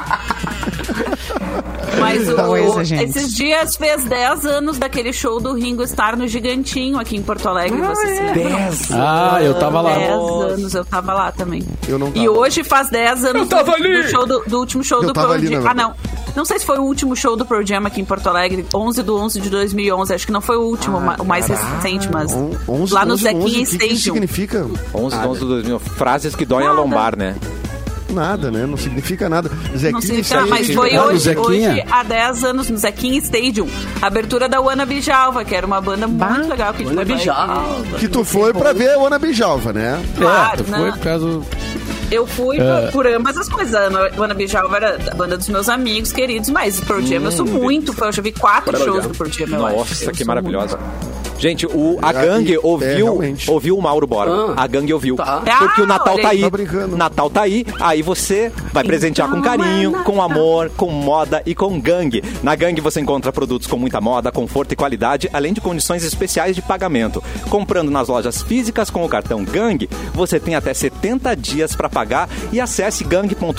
Mas esses dias fez 10 anos daquele show do Ringo Starr no Gigantinho aqui em Porto Alegre. Você se lembra?
10
eu tava lá.
10 anos, eu tava lá também.
Eu não tava.
E hoje faz 10 anos do último show do Pearl Jam. Não sei se foi o último show do Pearl Jam aqui em Porto Alegre, 11/11 de 2011. Acho que não foi o último, o mais recente, mas
11,
lá no Zequinha Stadium.
O que significa?
11/11 de 2000. Frases que doem a lombar, né?
Nada, né? Não significa nada.
Zequinha, mas foi hoje, há 10 anos, no Zequinha Stadium, a abertura da Wanna Bijalva, que era uma banda muito legal.
Que tu foi pra ver a Wanna Bijalva, né?
Claro,
tu foi por causa...
Eu fui por ambas as coisas. A Wanna Bijalva era a banda dos meus amigos queridos, mas Pearl Jam eu sou muito fã. Eu já vi 4 shows do Pearl Jam.
Nossa, que maravilhosa. Gente, a gangue ouviu o Mauro Borba. A gangue ouviu. Porque o Natal tá aí. Natal tá aí você vai presentear com carinho, com amor, com moda e com gangue. Na gangue você encontra produtos com muita moda, conforto e qualidade, além de condições especiais de pagamento. Comprando nas lojas físicas com o cartão gangue, você tem até 70 dias para pagar e acesse gangue.com.br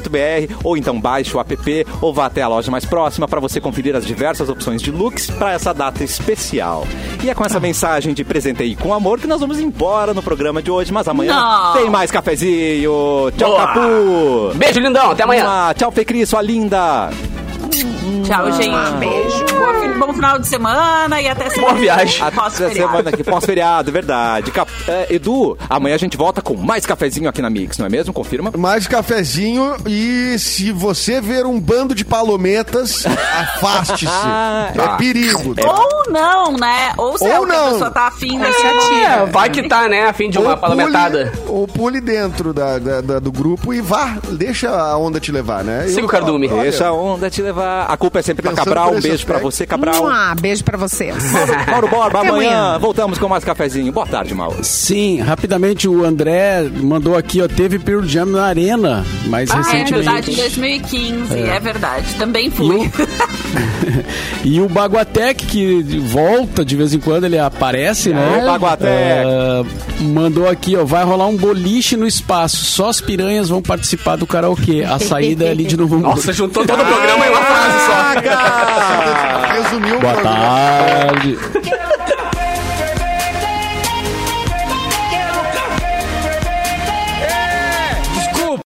ou então baixe o app ou vá até a loja mais próxima para você conferir as diversas opções de looks para essa data especial. E é com essa mensagem de presenteio com amor que nós vamos embora no programa de hoje, mas amanhã tem mais cafezinho. Tchau, Capu.
Beijo, lindão. Até amanhã.
Tchau, Fê Cris, sua linda.
Tchau, gente. Beijo. Bom final de semana e até semana.
Boa viagem.
Até semana aqui, pós-feriado, verdade. Edu, amanhã a gente volta com mais cafezinho aqui na Mix, não é mesmo? Confirma?
Mais cafezinho e se você ver um bando de palometas, afaste-se. É perigo.
Ou não, né? Ou se a pessoa tá afim da
iniciativa. Vai que tá, né? Afim de uma palometada.
Ou pule dentro do grupo e vá. Deixa a onda te levar, né?
Siga o cardume.
Deixa a onda te levar. Bárbara. A culpa é sempre da Cabral. Um beijo pra você, Cabral.
Beijo pra vocês.
Mauro Borba, amanhã voltamos com mais cafezinho. Boa tarde, Mauro.
Sim, rapidamente o André mandou aqui, ó, teve Pearl Jam na Arena, mais recentemente.
É verdade, em 2015, é verdade. Também fui.
E o Baguatec, que volta de vez em quando, ele aparece, né?
O Baguatec.
Mandou aqui, ó, vai rolar um boliche no espaço, só as piranhas vão participar do karaokê. A saída é ali de Novo Hamburgo.
Nossa, juntou todo o programa em uma frase só.
Resumiu o
Boa
programa.
tarde.